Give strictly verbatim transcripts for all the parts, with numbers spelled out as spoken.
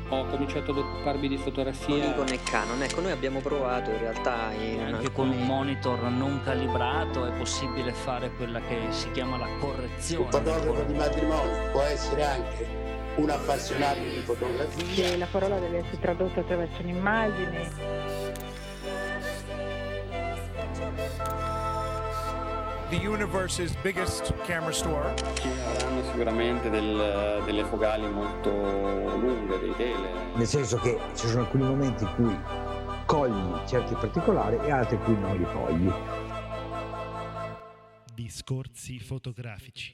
ho cominciato ad occuparmi di fotografia. Nikon e Canon, ecco, noi abbiamo provato in realtà in anche alcuni... con un monitor non calibrato è possibile fare quella che si chiama la correzione. Un fotografo di matrimonio può essere anche un appassionato di fotografia. La parola deve essere tradotta attraverso un'immagine. The universe's biggest camera store. Ci avranno sicuramente del, delle focali molto lunghe, dei tele. Nel senso che ci sono alcuni momenti in cui cogli certi particolari e altri in cui non li cogli. Discorsi fotografici.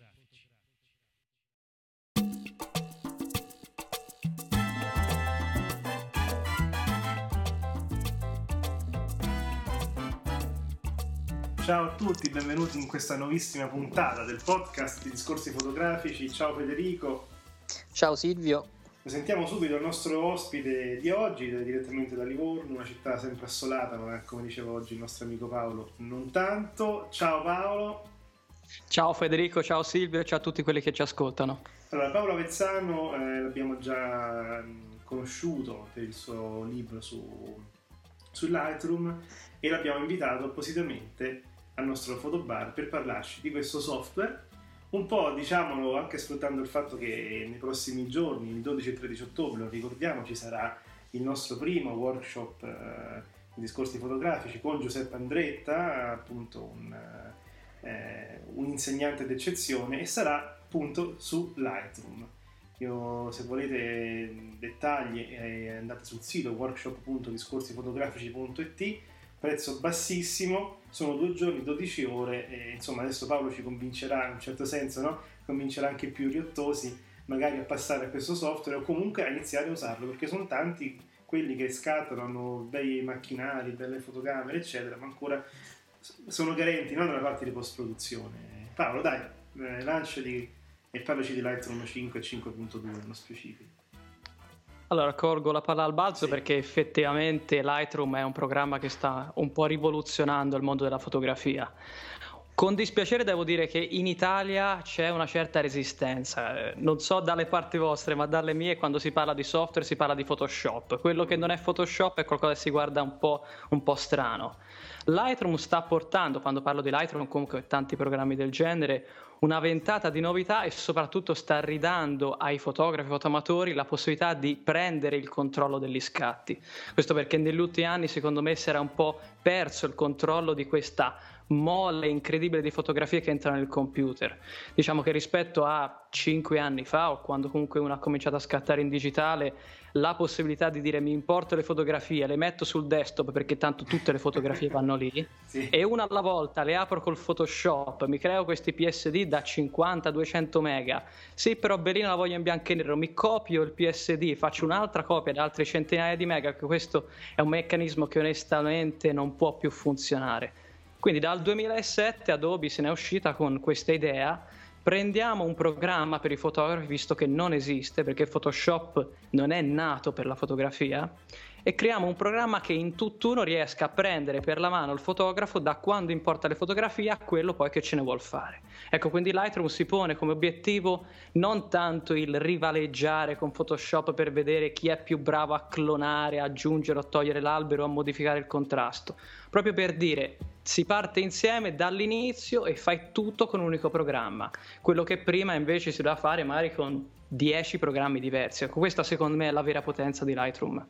Ciao a tutti, benvenuti in questa nuovissima puntata del podcast di Discorsi Fotografici. Ciao Federico. Ciao Silvio. Presentiamo subito il nostro ospite di oggi, direttamente da Livorno, una città sempre assolata, ma come diceva oggi il nostro amico Paolo, non tanto. Ciao Paolo. Ciao Federico, ciao Silvio, ciao a tutti quelli che ci ascoltano. Allora, Paolo Avezzano eh, l'abbiamo già conosciuto per il suo libro su, su Lightroom e l'abbiamo invitato appositamente al nostro fotobar per parlarci di questo software, un po', diciamolo, anche sfruttando il fatto che nei prossimi giorni, il dodici e tredici ottobre, lo ricordiamo, ci sarà il nostro primo workshop eh, di discorsi fotografici con Giuseppe Andretta, appunto un, eh, un insegnante d'eccezione, e sarà appunto su Lightroom. Io, se volete dettagli, eh, andate sul sito workshop punto discorsi fotografici punto it. Prezzo bassissimo, sono due giorni, dodici ore, e insomma adesso Paolo ci convincerà in un certo senso, no? Convincerà anche i più riottosi magari a passare a questo software o comunque a iniziare a usarlo, perché sono tanti quelli che scattano, hanno bei macchinari, belle fotocamere eccetera, ma ancora sono carenti, no? Nella parte di post-produzione. Paolo, dai, eh, lanciati e parlaci di Lightroom cinque e cinque punto due nello specifico. Allora, colgo la palla al balzo, sì, perché effettivamente Lightroom è un programma che sta un po' rivoluzionando il mondo della fotografia. Con dispiacere devo dire che in Italia c'è una certa resistenza, non so dalle parti vostre, ma dalle mie, quando si parla di software si parla di Photoshop. Quello che non è Photoshop è qualcosa che si guarda un po', un po' strano. Lightroom sta portando, quando parlo di Lightroom, comunque tanti programmi del genere, una ventata di novità e soprattutto sta ridando ai fotografi e fotoamatori la possibilità di prendere il controllo degli scatti. Questo perché negli ultimi anni secondo me si era un po' perso il controllo di questa mole incredibile di fotografie che entrano nel computer. Diciamo che rispetto a cinque anni fa, o quando comunque uno ha cominciato a scattare in digitale, la possibilità di dire mi importo le fotografie, le metto sul desktop perché tanto tutte le fotografie vanno lì, sì, e una alla volta le apro col Photoshop, mi creo questi P S D da cinquanta duecento mega, sì però bellino la voglio in bianco e nero, mi copio il P S D, faccio un'altra copia da altre centinaia di mega, che questo è un meccanismo che onestamente non può più funzionare. Quindi dal duemilasette Adobe se n'è uscita con questa idea: prendiamo un programma per i fotografi, visto che non esiste, perché Photoshop non è nato per la fotografia, e creiamo un programma che in tutt'uno riesca a prendere per la mano il fotografo da quando importa le fotografie a quello poi che ce ne vuol fare. Ecco, quindi Lightroom si pone come obiettivo non tanto il rivaleggiare con Photoshop per vedere chi è più bravo a clonare, a aggiungere o togliere l'albero, a modificare il contrasto, proprio per dire si parte insieme dall'inizio e fai tutto con un unico programma, quello che prima invece si doveva fare magari con dieci programmi diversi. Ecco, questa secondo me è la vera potenza di Lightroom.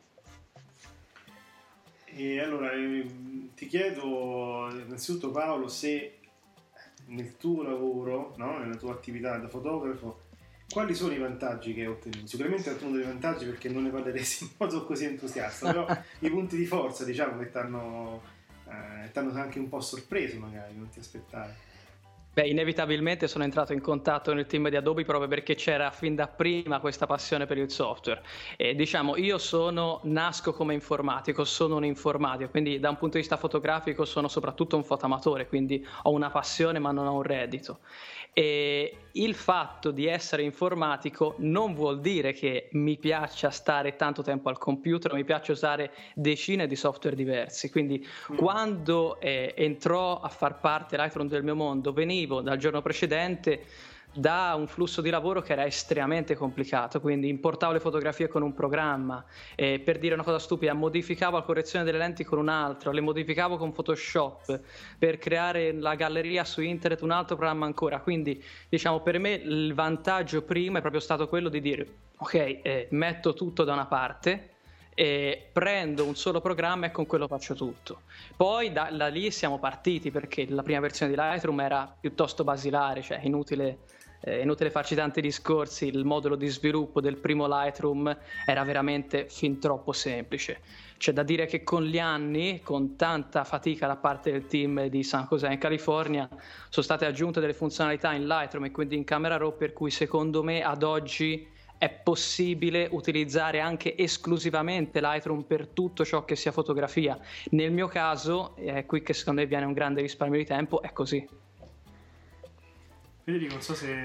E allora eh, ti chiedo innanzitutto, Paolo, se nel tuo lavoro, no, nella tua attività da fotografo, quali sono i vantaggi che hai ottenuto? Sicuramente hai ottenuto dei vantaggi, perché non ne parleresti in modo così entusiasta, però i punti di forza, diciamo, che ti hanno eh, t'hanno anche un po' sorpreso, magari non ti aspettavi. Beh, inevitabilmente sono entrato in contatto nel team di Adobe proprio perché c'era fin da prima questa passione per il software. E diciamo, io sono, nasco come informatico, sono un informatico, quindi da un punto di vista fotografico sono soprattutto un fotoamatore, quindi ho una passione ma non ho un reddito. E il fatto di essere informatico non vuol dire che mi piaccia stare tanto tempo al computer, mi piace usare decine di software diversi, quindi mm. quando eh, entrò a far parte Lightroom del mio mondo, venivo dal giorno precedente da un flusso di lavoro che era estremamente complicato, quindi importavo le fotografie con un programma, e per dire una cosa stupida modificavo la correzione delle lenti con un altro, le modificavo con Photoshop, per creare la galleria su internet un altro programma ancora. Quindi diciamo, per me il vantaggio prima è proprio stato quello di dire ok, eh, metto tutto da una parte e prendo un solo programma e con quello faccio tutto. Poi da, da lì siamo partiti, perché la prima versione di Lightroom era piuttosto basilare, cioè inutile È inutile farci tanti discorsi, il modulo di sviluppo del primo Lightroom era veramente fin troppo semplice. C'è da dire che con gli anni, con tanta fatica da parte del team di San José in California, sono state aggiunte delle funzionalità in Lightroom e quindi in Camera Raw, per cui secondo me ad oggi è possibile utilizzare anche esclusivamente Lightroom per tutto ciò che sia fotografia. Nel mio caso, è qui che secondo me viene un grande risparmio di tempo, è così. Federico, non so se...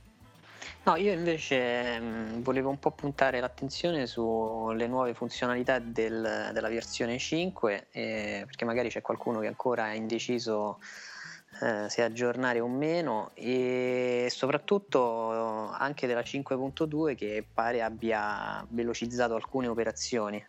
No, io invece mh, volevo un po' puntare l'attenzione sulle nuove funzionalità del, della versione cinque, eh, perché magari c'è qualcuno che ancora è indeciso eh, se aggiornare o meno, e soprattutto anche della cinque punto due, che pare abbia velocizzato alcune operazioni.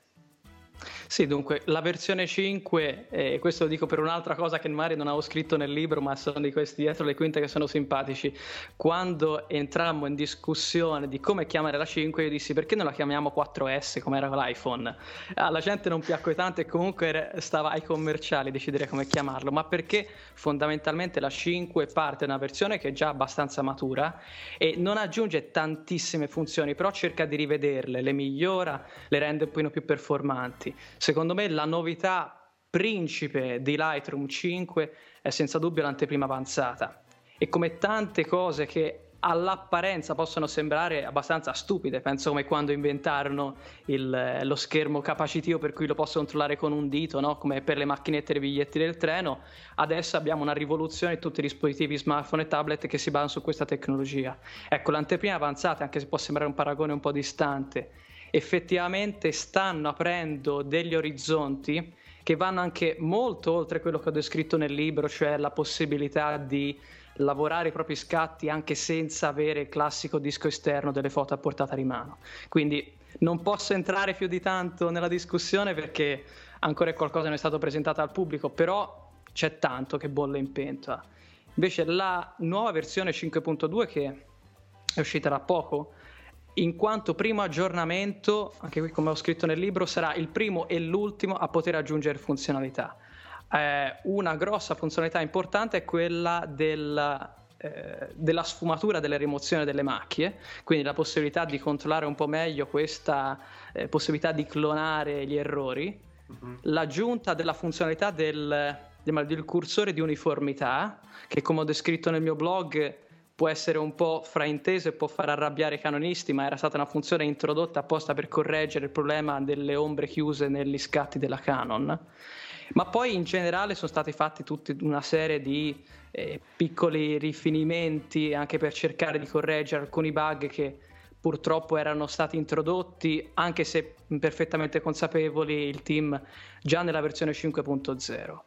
Sì, dunque la versione cinque, e eh, questo lo dico per un'altra cosa che magari non avevo scritto nel libro, ma sono di questi dietro le quinte che sono simpatici. Quando entrammo in discussione di come chiamare la cinque, io dissi perché non la chiamiamo quattro esse come era con l'iPhone. Alla gente non piacque tanto e comunque stava ai commerciali decidere come chiamarlo, ma perché fondamentalmente la cinque parte da una versione che è già abbastanza matura e non aggiunge tantissime funzioni, però cerca di rivederle, le migliora, le rende un pochino più performanti. Secondo me la novità principe di Lightroom cinque è senza dubbio l'anteprima avanzata, e come tante cose che all'apparenza possono sembrare abbastanza stupide, penso come quando inventarono il, lo schermo capacitivo per cui lo posso controllare con un dito, no? Come per le macchinette dei biglietti del treno. Adesso abbiamo una rivoluzione di tutti i dispositivi smartphone e tablet che si basano su questa tecnologia. Ecco, l'anteprima avanzata, anche se può sembrare un paragone un po' distante, effettivamente stanno aprendo degli orizzonti che vanno anche molto oltre quello che ho descritto nel libro, cioè la possibilità di lavorare i propri scatti anche senza avere il classico disco esterno delle foto a portata di mano. Quindi non posso entrare più di tanto nella discussione perché ancora è qualcosa che non è stato presentato al pubblico, però c'è tanto che bolle in pentola. Invece la nuova versione cinque punto due, che è uscita da poco, in quanto primo aggiornamento, anche qui come ho scritto nel libro, sarà il primo e l'ultimo a poter aggiungere funzionalità. Eh, una grossa funzionalità importante è quella della, eh, della sfumatura delle rimozioni delle macchie, quindi la possibilità di controllare un po' meglio questa eh, possibilità di clonare gli errori, uh-huh. L'aggiunta della funzionalità del, del, del cursore di uniformità, che come ho descritto nel mio blog può essere un po' frainteso e può far arrabbiare i canonisti, ma era stata una funzione introdotta apposta per correggere il problema delle ombre chiuse negli scatti della Canon. Ma poi in generale sono stati fatti tutta una serie di eh, piccoli rifinimenti anche per cercare di correggere alcuni bug che purtroppo erano stati introdotti, anche se perfettamente consapevoli, il team già nella versione cinque punto zero.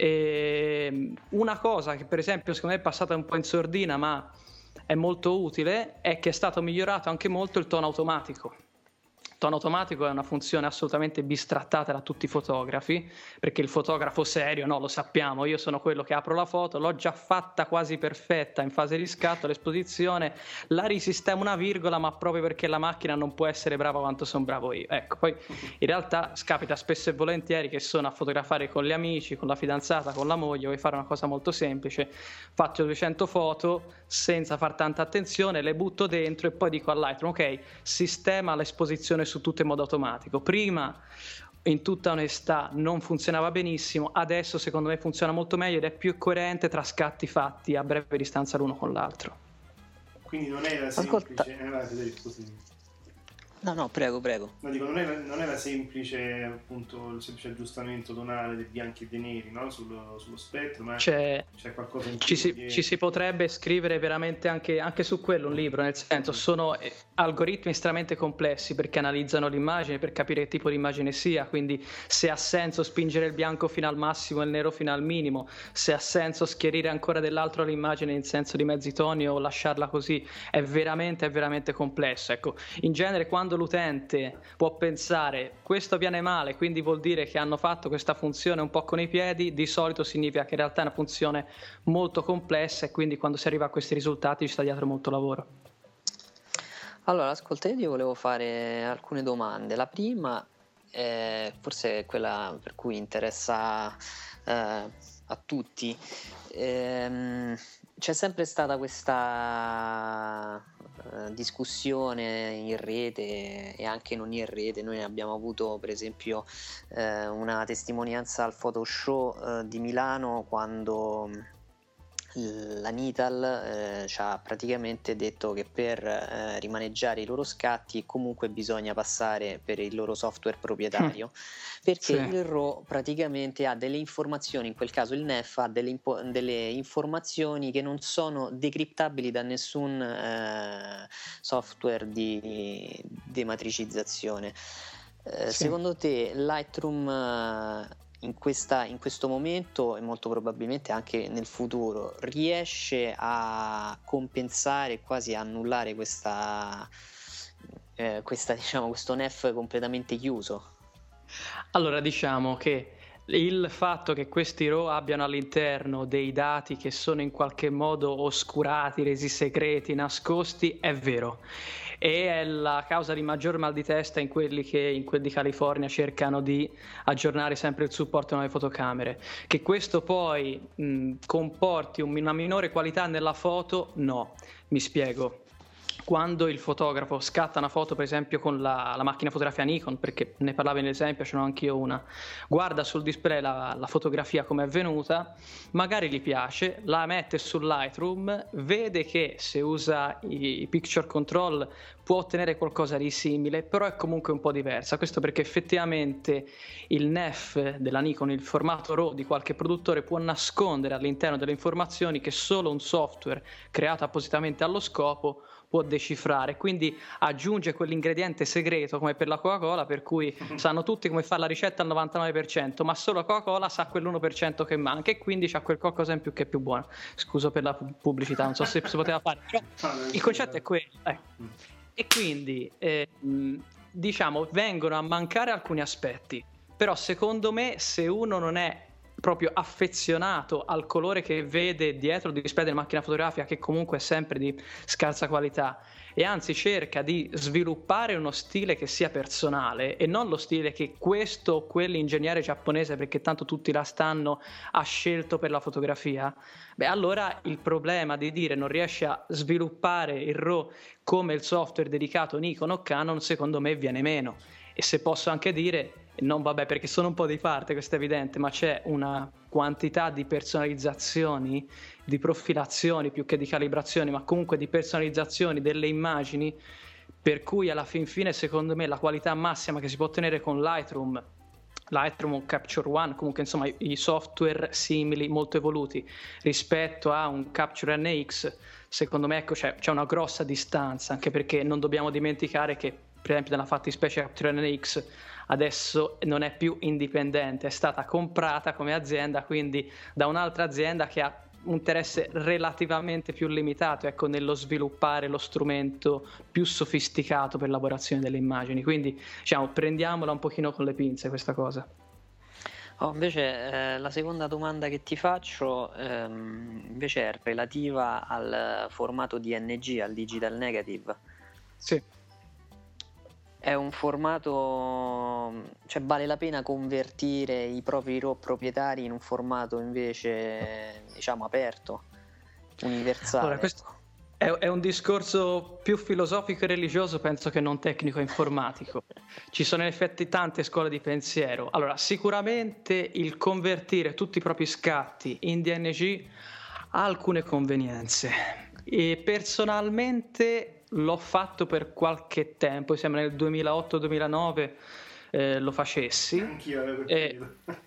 E una cosa che per esempio secondo me è passata un po' in sordina ma è molto utile è che è stato migliorato anche molto il tono automatico. Il tono automatico è una funzione assolutamente bistrattata da tutti i fotografi, perché il fotografo serio, no, lo sappiamo, io sono quello che apro la foto, l'ho già fatta quasi perfetta in fase di scatto, l'esposizione, la risistemo una virgola, ma proprio perché la macchina non può essere brava quanto sono bravo io. Ecco, poi in realtà capita spesso e volentieri che sono a fotografare con gli amici, con la fidanzata, con la moglie, vuoi fare una cosa molto semplice, faccio duecento foto senza far tanta attenzione, le butto dentro e poi dico al Lightroom, ok, sistema l'esposizione su tutto in modo automatico. Prima, in tutta onestà, non funzionava benissimo, adesso secondo me funziona molto meglio ed è più coerente tra scatti fatti a breve distanza l'uno con l'altro. Quindi non era semplice. Eh, vai, Federico, scusami. No, no, prego, prego. No, dico, non è, non è la semplice, appunto, il semplice aggiustamento tonale dei bianchi e dei neri, no? Sullo, sullo spettro, ma c'è, c'è qualcosa in più. Ci si, ci si potrebbe scrivere veramente anche, anche su quello un libro, nel senso, sono algoritmi estremamente complessi perché analizzano l'immagine per capire che tipo di immagine sia, quindi se ha senso spingere il bianco fino al massimo e il nero fino al minimo, se ha senso schierire ancora dell'altro l'immagine in senso di mezzi toni o lasciarla così, è veramente, è veramente complesso. Ecco, in genere quando l'utente può pensare questo viene male, quindi vuol dire che hanno fatto questa funzione un po' con i piedi, di solito significa che in realtà è una funzione molto complessa e quindi quando si arriva a questi risultati ci sta dietro molto lavoro. Allora, ascolta, io volevo fare alcune domande. La prima è forse quella per cui interessa eh, a tutti. Ehm, c'è sempre stata questa uh, discussione in rete e anche non in rete. Noi abbiamo avuto per esempio eh, una testimonianza al Photoshow eh, di Milano quando la Nital eh, ci ha praticamente detto che per eh, rimaneggiare i loro scatti comunque bisogna passare per il loro software proprietario, perché Sì. il R A W praticamente ha delle informazioni, in quel caso il N E F ha delle, impo- delle informazioni che non sono decriptabili da nessun eh, software di dematricizzazione. Eh, Sì. Secondo te Lightroom eh, in, questa, in questo momento e molto probabilmente anche nel futuro riesce a compensare, quasi a annullare questa, eh, questa diciamo, questo N E F completamente chiuso? Allora, diciamo che il fatto che questi R A W abbiano all'interno dei dati che sono in qualche modo oscurati, resi segreti, nascosti, è vero. E è la causa di maggior mal di testa in quelli che in quelli di California cercano di aggiornare sempre il supporto alle nuove fotocamere. Che questo poi mh, comporti una minore qualità nella foto, no. Mi spiego. Quando il fotografo scatta una foto per esempio con la, la macchina fotografia Nikon, perché ne parlavi nell'esempio, ce n'ho anch'io una, guarda sul display la, la fotografia come è venuta, magari gli piace, la mette sul Lightroom, vede che se usa i, i picture control può ottenere qualcosa di simile, però è comunque un po' diversa. Questo perché effettivamente il N E F della Nikon, il formato R A W di qualche produttore, può nascondere all'interno delle informazioni che solo un software creato appositamente allo scopo può decifrare, quindi aggiunge quell'ingrediente segreto come per la Coca-Cola, per cui sanno tutti come fare la ricetta al novantanove per cento, ma solo Coca-Cola sa quell'uno per cento che manca e quindi c'ha quel qualcosa in più che è più buono. Scuso per la pubblicità, non so se si poteva fare, però il concetto è quello. Eh. E quindi eh, diciamo vengono a mancare alcuni aspetti, però secondo me se uno non è proprio affezionato al colore che vede dietro il display della macchina fotografica, che comunque è sempre di scarsa qualità, e anzi cerca di sviluppare uno stile che sia personale e non lo stile che questo o quell'ingegnere giapponese, perché tanto tutti la stanno, ha scelto per la fotografia, beh allora il problema di dire non riesce a sviluppare il R A W come il software dedicato Nikon o Canon secondo me viene meno. E se posso anche dire, non vabbè perché sono un po' di parte, questo è evidente, ma c'è una quantità di personalizzazioni, di profilazioni più che di calibrazioni, ma comunque di personalizzazioni delle immagini, per cui alla fin fine secondo me la qualità massima che si può ottenere con Lightroom, Lightroom o Capture One, comunque insomma i software simili molto evoluti rispetto a un Capture N X, secondo me ecco c'è, c'è una grossa distanza, anche perché non dobbiamo dimenticare che per esempio nella fattispecie Capture N X adesso non è più indipendente, è stata comprata come azienda, quindi da un'altra azienda che ha un interesse relativamente più limitato, ecco, nello sviluppare lo strumento più sofisticato per l'elaborazione delle immagini, quindi diciamo prendiamola un pochino con le pinze questa cosa. Oh, invece eh, la seconda domanda che ti faccio ehm, invece è relativa al formato D N G, al digital negative. Sì. È un formato, cioè vale la pena convertire i propri R A W proprietari in un formato invece diciamo aperto, universale? Allora, questo è, è un discorso più filosofico e religioso, penso che non tecnico e informatico. Ci sono in effetti tante scuole di pensiero. Allora, sicuramente il convertire tutti i propri scatti in D N G ha alcune convenienze e personalmente l'ho fatto per qualche tempo, sembra nel duemilaotto duemilanove eh, lo facessi. Anch'io avevo e,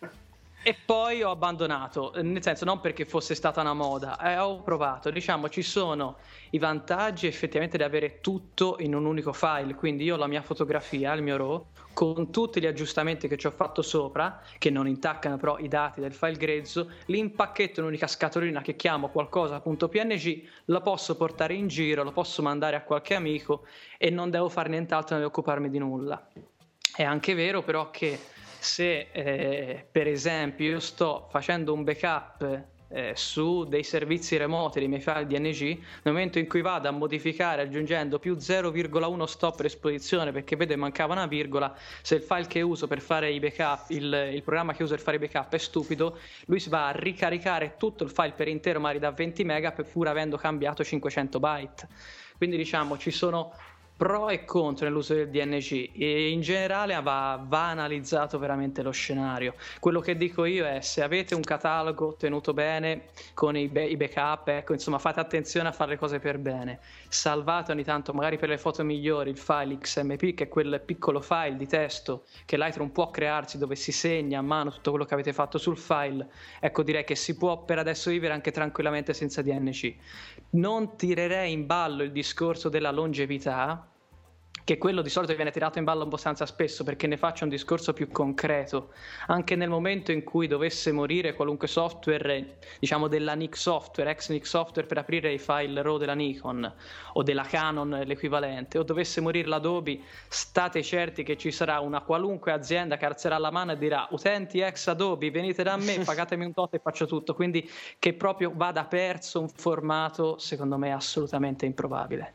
e poi ho abbandonato, nel senso non perché fosse stata una moda, eh, ho provato, diciamo ci sono i vantaggi effettivamente di avere tutto in un unico file, quindi io ho la mia fotografia, il mio RAW, con tutti gli aggiustamenti che ci ho fatto sopra, che non intaccano però i dati del file grezzo, li impacchetto in un'unica scatolina che chiamo qualcosa.png, la posso portare in giro, lo posso mandare a qualche amico e non devo fare nient'altro, non devo occuparmi di nulla. È anche vero però che se eh, per esempio io sto facendo un backup eh, su dei servizi remoti dei miei file D N G, nel momento in cui vado a modificare aggiungendo più zero virgola uno stop per esposizione perché vedo che mancava una virgola, se il file che uso per fare i backup, il, il programma che uso per fare i backup è stupido, lui si va a ricaricare tutto il file per intero magari da venti mega pur avendo cambiato cinquecento byte. Quindi diciamo ci sono pro e contro nell'uso del D N G e in generale va, va analizzato veramente lo scenario. Quello che dico io è: se avete un catalogo tenuto bene con i, be- i backup, ecco, insomma fate attenzione a fare le cose per bene, salvate ogni tanto magari per le foto migliori il file X M P, che è quel piccolo file di testo che Lightroom può crearsi dove si segna a mano tutto quello che avete fatto sul file. Ecco, direi che si può per adesso vivere anche tranquillamente senza D N G. Non tirerei in ballo il discorso della longevità, che quello di solito viene tirato in ballo abbastanza spesso, perché ne faccio un discorso più concreto. Anche nel momento in cui dovesse morire qualunque software, diciamo della Nik Software, ex Nik Software per aprire i file RAW della Nikon o della Canon l'equivalente, o dovesse morire l'Adobe, state certi che ci sarà una qualunque azienda che alzerà la mano e dirà: utenti ex Adobe, venite da me, pagatemi un tot e faccio tutto. Quindi che proprio vada perso un formato, secondo me è assolutamente improbabile.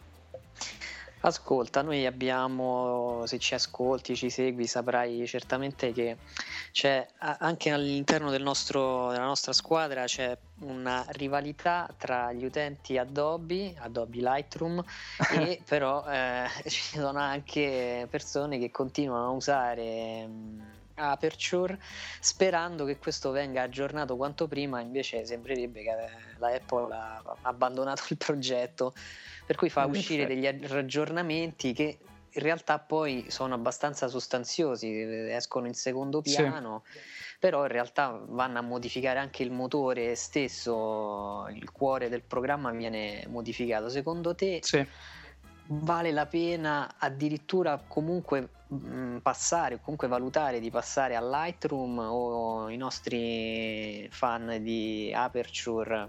Ascolta, noi abbiamo, se ci ascolti, ci segui, saprai certamente che c'è anche all'interno del nostro, della nostra squadra c'è una rivalità tra gli utenti Adobe, Adobe Lightroom e però eh, ci sono anche persone che continuano a usare Aperture sperando che questo venga aggiornato quanto prima. Invece sembrerebbe che la Apple ha abbandonato il progetto, per cui fa uscire degli aggiornamenti che in realtà poi sono abbastanza sostanziosi, escono in secondo piano, sì. Però in realtà vanno a modificare anche il motore stesso, il cuore del programma viene modificato. Secondo te sì. vale la pena addirittura comunque mh, passare o comunque valutare di passare a Lightroom, o i nostri fan di Aperture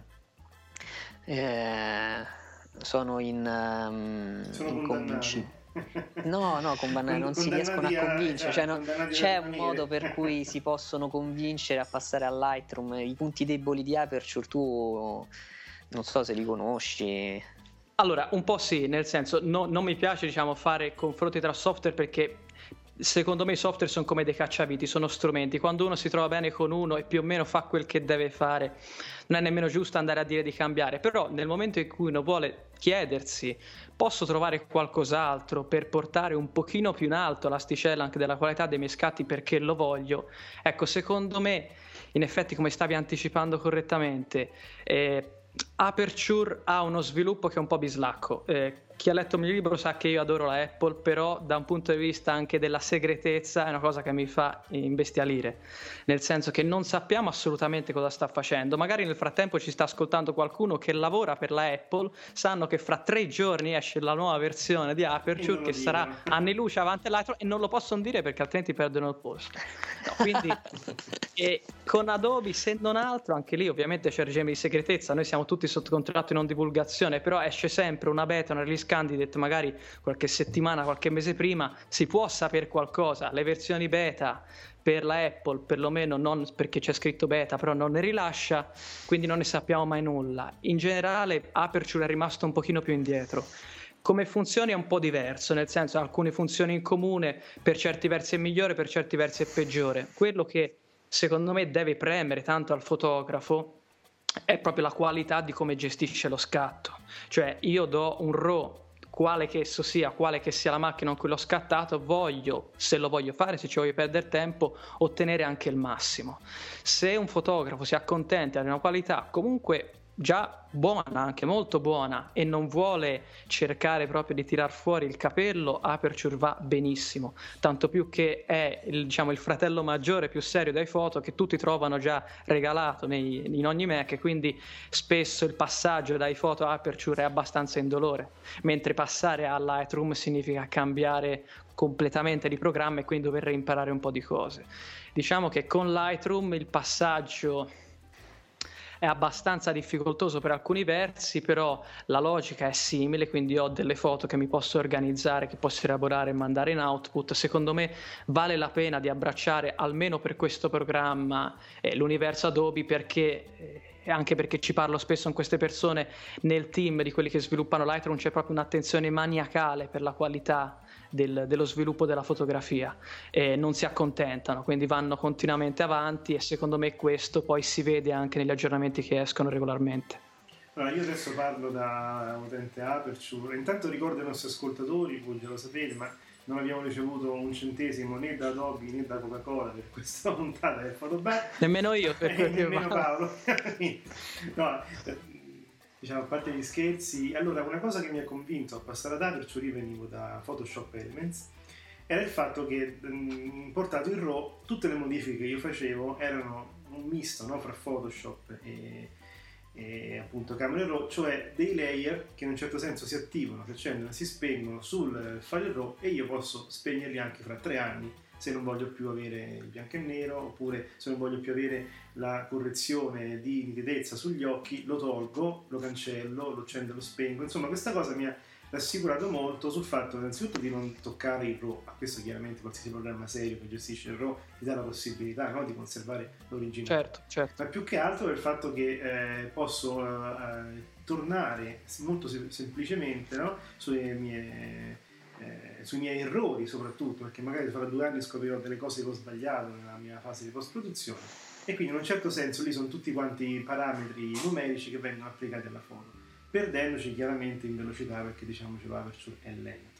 eh, sono in, um, sono in convinci- no no condann- non si riescono a convincere, cioè, no, c'è un modo per cui si possono convincere a passare a Lightroom. I punti deboli di Aperture tu non so se li conosci. Allora, un po' sì, nel senso no, non mi piace diciamo fare confronti tra software, perché secondo me i software sono come dei cacciaviti, sono strumenti. Quando uno si trova bene con uno e più o meno fa quel che deve fare, non è nemmeno giusto andare a dire di cambiare. Però nel momento in cui uno vuole chiedersi: posso trovare qualcos'altro per portare un pochino più in alto l'asticella anche della qualità dei miei scatti perché lo voglio, ecco, secondo me in effetti, come stavi anticipando correttamente, eh, Aperture ha uno sviluppo che è un po' bislacco. Eh, chi ha letto il mio libro sa che io adoro la Apple, però da un punto di vista anche della segretezza è una cosa che mi fa imbestialire, nel senso che non sappiamo assolutamente cosa sta facendo. Magari nel frattempo ci sta ascoltando qualcuno che lavora per la Apple, sanno che fra tre giorni esce la nuova versione di Aperture che sarà anni luce avanti all'altro e non lo possono dire perché altrimenti perdono il posto. No, quindi e con Adobe, se non altro, anche lì ovviamente c'è il regime di segretezza, noi siamo tutti sotto contratto di non divulgazione, però esce sempre una beta, una release candidate magari qualche settimana, qualche mese prima, si può sapere qualcosa. Le versioni beta per la Apple perlomeno, non perché c'è scritto beta, però non ne rilascia, quindi non ne sappiamo mai nulla. In generale Aperture è rimasto un pochino più indietro. Come funzioni è un po' diverso, nel senso alcune funzioni in comune, per certi versi è migliore, per certi versi è peggiore. Quello che secondo me deve premere tanto al fotografo è proprio la qualità di come gestisce lo scatto. Cioè io do un RAW, quale che esso sia, quale che sia la macchina con cui l'ho scattato, voglio, se lo voglio fare, se ci voglio perdere tempo, ottenere anche il massimo. Se un fotografo si accontenta di una qualità comunque già buona, anche molto buona, e non vuole cercare proprio di tirar fuori il capello, Aperture va benissimo, tanto più che è il, diciamo, il fratello maggiore più serio dai foto, che tutti trovano già regalato nei, in ogni Mac, e quindi spesso il passaggio dai foto a Aperture è abbastanza indolore, mentre passare a Lightroom significa cambiare completamente di programma e quindi dover imparare un po' di cose. Diciamo che con Lightroom il passaggio è abbastanza difficoltoso per alcuni versi, però la logica è simile, quindi ho delle foto che mi posso organizzare, che posso elaborare e mandare in output. Secondo me vale la pena di abbracciare, almeno per questo programma, eh, l'universo Adobe, perché eh, anche perché ci parlo spesso con queste persone nel team di quelli che sviluppano Lightroom, c'è proprio un'attenzione maniacale per la qualità del, dello sviluppo della fotografia, e non si accontentano, quindi vanno continuamente avanti, e secondo me questo poi si vede anche negli aggiornamenti che escono regolarmente. Allora, io adesso parlo da utente Aperture. Intanto ricordo ai nostri ascoltatori, voi già lo sapete, ma non abbiamo ricevuto un centesimo né da Adobe né da Coca-Cola per questa puntata del Photobar. Nemmeno io, per eh, nemmeno Paolo. No, diciamo, a parte gli scherzi, allora una cosa che mi ha convinto a passare ad Aperture, io venivo da Photoshop Elements, era il fatto che mh, portato in RAW tutte le modifiche che io facevo erano un misto, no, fra Photoshop e, e appunto Camera Raw, cioè dei layer che in un certo senso si attivano, si accendono e si spengono sul file RAW, e io posso spegnerli anche fra tre anni se non voglio più avere il bianco e nero, oppure se non voglio più avere la correzione di nitidezza sugli occhi, lo tolgo, lo cancello, lo accendo e lo spengo. Insomma, questa cosa mi ha rassicurato molto sul fatto innanzitutto di non toccare il RAW, a questo chiaramente qualsiasi programma serio che gestisce il RAW ti dà la possibilità, no, di conservare l'originale. Certo, certo. Ma più che altro il fatto che eh, posso eh, tornare molto sem- semplicemente, no, sulle mie... Eh, sui miei errori, soprattutto perché magari fra due anni scoprirò delle cose che ho sbagliato nella mia fase di post-produzione, e quindi in un certo senso lì sono tutti quanti parametri numerici che vengono applicati alla foto, perdendoci chiaramente in velocità, perché diciamoci l'Aperture è lento,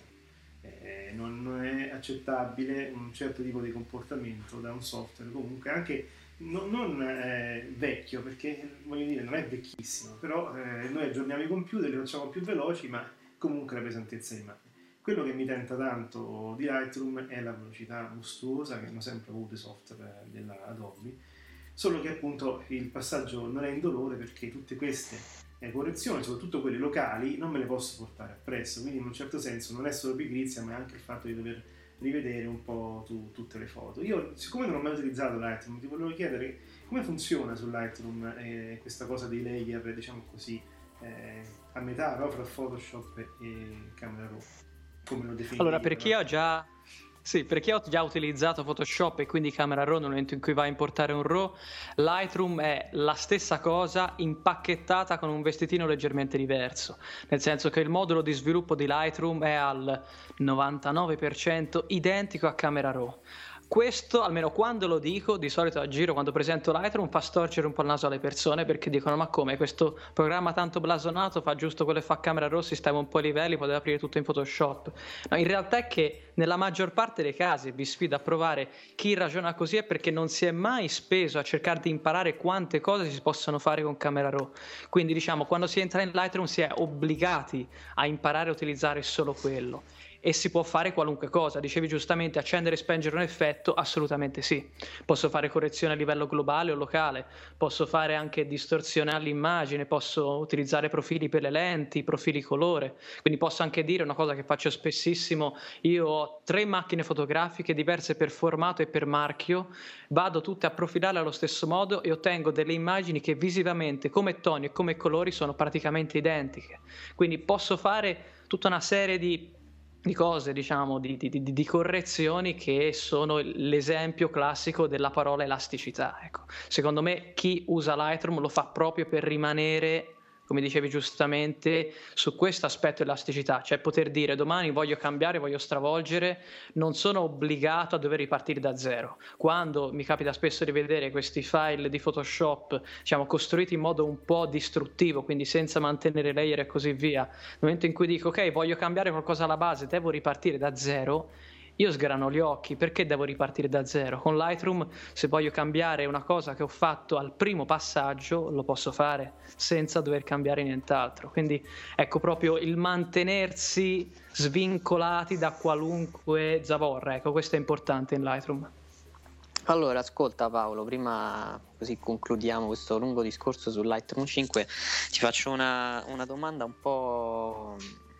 eh, non, non è accettabile un certo tipo di comportamento da un software comunque anche non, non eh, vecchio, perché voglio dire non è vecchissimo, però eh, noi aggiorniamo i computer, li facciamo più veloci, ma comunque la pesantezza rimane. Quello che mi tenta tanto di Lightroom è la velocità mostruosa che hanno sempre avuto i software della Adobe, solo che appunto il passaggio non è indolore, perché tutte queste eh, correzioni, soprattutto quelle locali, non me le posso portare appresso, quindi in un certo senso non è solo pigrizia, ma è anche il fatto di dover rivedere un po' tu, tutte le foto. Io, siccome non ho mai utilizzato Lightroom, ti volevo chiedere come funziona su Lightroom eh, questa cosa dei layer, diciamo così, eh, a metà, no, fra Photoshop e Camera Raw. Come lo definire? Allora, per chi ha già sì, per chi ha già utilizzato Photoshop e quindi Camera Raw nel momento in cui va a importare un RAW, Lightroom è la stessa cosa impacchettata con un vestitino leggermente diverso, nel senso che il modulo di sviluppo di Lightroom è al novantanove per cento identico a Camera Raw. Questo, almeno quando lo dico, di solito a giro quando presento Lightroom, fa storcere un po' il naso alle persone, perché dicono: ma come, questo programma tanto blasonato fa giusto quello che fa Camera Raw, sistema un po' i livelli, poteva aprire tutto in Photoshop. No, in realtà è che nella maggior parte dei casi, vi sfido a provare, chi ragiona così è perché non si è mai speso a cercare di imparare quante cose si possono fare con Camera Raw. Quindi diciamo, quando si entra in Lightroom si è obbligati a imparare a utilizzare solo quello. E si può fare qualunque cosa. Dicevi giustamente, accendere e spengere un effetto, assolutamente sì. Posso fare correzione a livello globale o locale, posso fare anche distorsione all'immagine, posso utilizzare profili per le lenti, profili colore, quindi posso anche dire una cosa che faccio spessissimo: io ho tre macchine fotografiche diverse per formato e per marchio, vado tutte a profilarle allo stesso modo e ottengo delle immagini che visivamente, come toni e come colori, sono praticamente identiche. Quindi posso fare tutta una serie di di cose, diciamo, di, di, di, di correzioni che sono l'esempio classico della parola elasticità. Ecco, secondo me chi usa Lightroom lo fa proprio per rimanere, come dicevi giustamente, su questo aspetto elasticità, cioè poter dire: domani voglio cambiare, voglio stravolgere, non sono obbligato a dover ripartire da zero. Quando mi capita spesso di vedere questi file di Photoshop, diciamo, costruiti in modo un po' distruttivo, quindi senza mantenere layer e così via, nel momento in cui dico: ok, voglio cambiare qualcosa alla base, devo ripartire da zero, io sgrano gli occhi, perché devo ripartire da zero? Con Lightroom, se voglio cambiare una cosa che ho fatto al primo passaggio, lo posso fare senza dover cambiare nient'altro. Quindi ecco, proprio il mantenersi svincolati da qualunque zavorra, ecco, questo è importante in Lightroom. Allora, ascolta Paolo, prima così concludiamo questo lungo discorso su Lightroom cinque, ti faccio una, una domanda un po'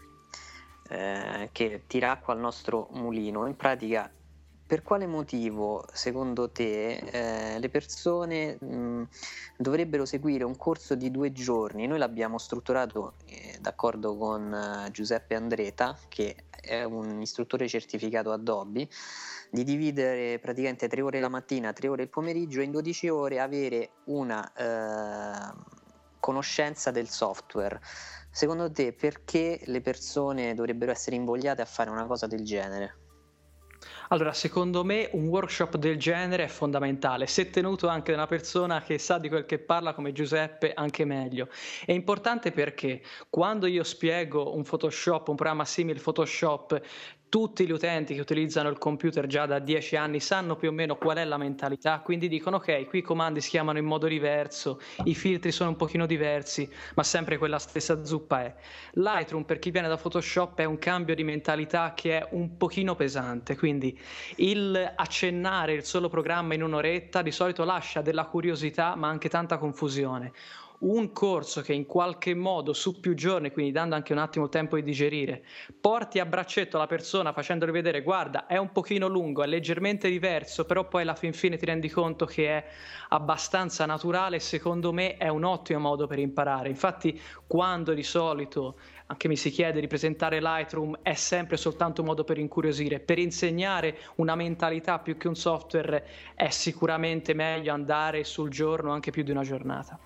eh, che tira acqua al nostro mulino. In pratica, per quale motivo secondo te eh, le persone mh, dovrebbero seguire un corso di due giorni? Noi l'abbiamo strutturato eh, d'accordo con eh, Giuseppe Andreta, che è un istruttore certificato Adobe, di dividere praticamente tre ore la mattina, tre ore il pomeriggio e in dodici ore avere una eh, conoscenza del software. Secondo te perché le persone dovrebbero essere invogliate a fare una cosa del genere? Allora, secondo me un workshop del genere è fondamentale, se tenuto anche da una persona che sa di quel che parla come Giuseppe, anche meglio. È importante perché quando io spiego un Photoshop, un programma simile Photoshop, tutti gli utenti che utilizzano il computer già da dieci anni sanno più o meno qual è la mentalità, quindi dicono ok, qui i comandi si chiamano in modo diverso, i filtri sono un pochino diversi, ma sempre quella stessa zuppa è. Lightroom, per chi viene da Photoshop, è un cambio di mentalità che è un pochino pesante, quindi il accennare il solo programma in un'oretta di solito lascia della curiosità ma anche tanta confusione. Un corso che in qualche modo su più giorni, quindi dando anche un attimo tempo di digerire, porti a braccetto la persona facendole vedere guarda è un pochino lungo, è leggermente diverso, però poi alla fin fine ti rendi conto che è abbastanza naturale, secondo me è un ottimo modo per imparare. Infatti quando di solito anche mi si chiede di presentare Lightroom è sempre soltanto un modo per incuriosire, per insegnare una mentalità più che un software è sicuramente meglio andare sul giorno anche più di una giornata.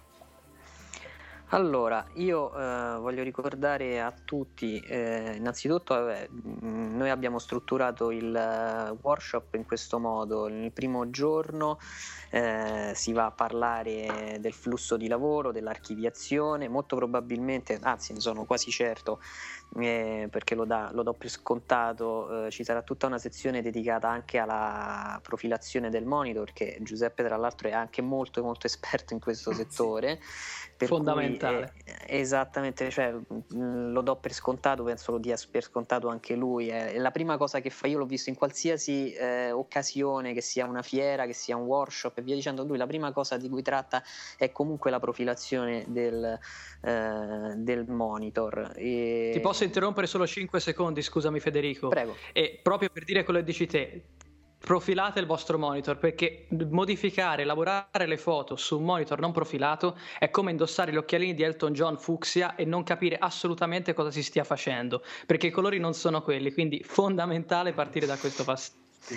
Allora, io eh, voglio ricordare a tutti, eh, innanzitutto vabbè, noi abbiamo strutturato il uh, workshop in questo modo. Nel primo giorno eh, si va a parlare del flusso di lavoro, dell'archiviazione, molto probabilmente, anzi ne sono quasi certo, eh, perché lo, da, lo do per scontato, eh, ci sarà tutta una sezione dedicata anche alla profilazione del monitor, perché Giuseppe tra l'altro è anche molto molto esperto in questo settore. Per fondamentale. Cui, eh, esattamente, cioè, mh, lo do per scontato, penso lo dia per scontato anche lui. È la prima cosa che fa, io l'ho visto in qualsiasi eh, occasione, che sia una fiera, che sia un workshop e via dicendo, lui la prima cosa di cui tratta è comunque la profilazione del, eh, del monitor. E... Ti posso interrompere solo cinque secondi, scusami Federico? Prego. E proprio per dire quello che dici te, profilate il vostro monitor, perché modificare, elaborare le foto su un monitor non profilato è come indossare gli occhialini di Elton John fucsia e non capire assolutamente cosa si stia facendo, perché i colori non sono quelli, quindi fondamentale partire da questo passaggio. Sì.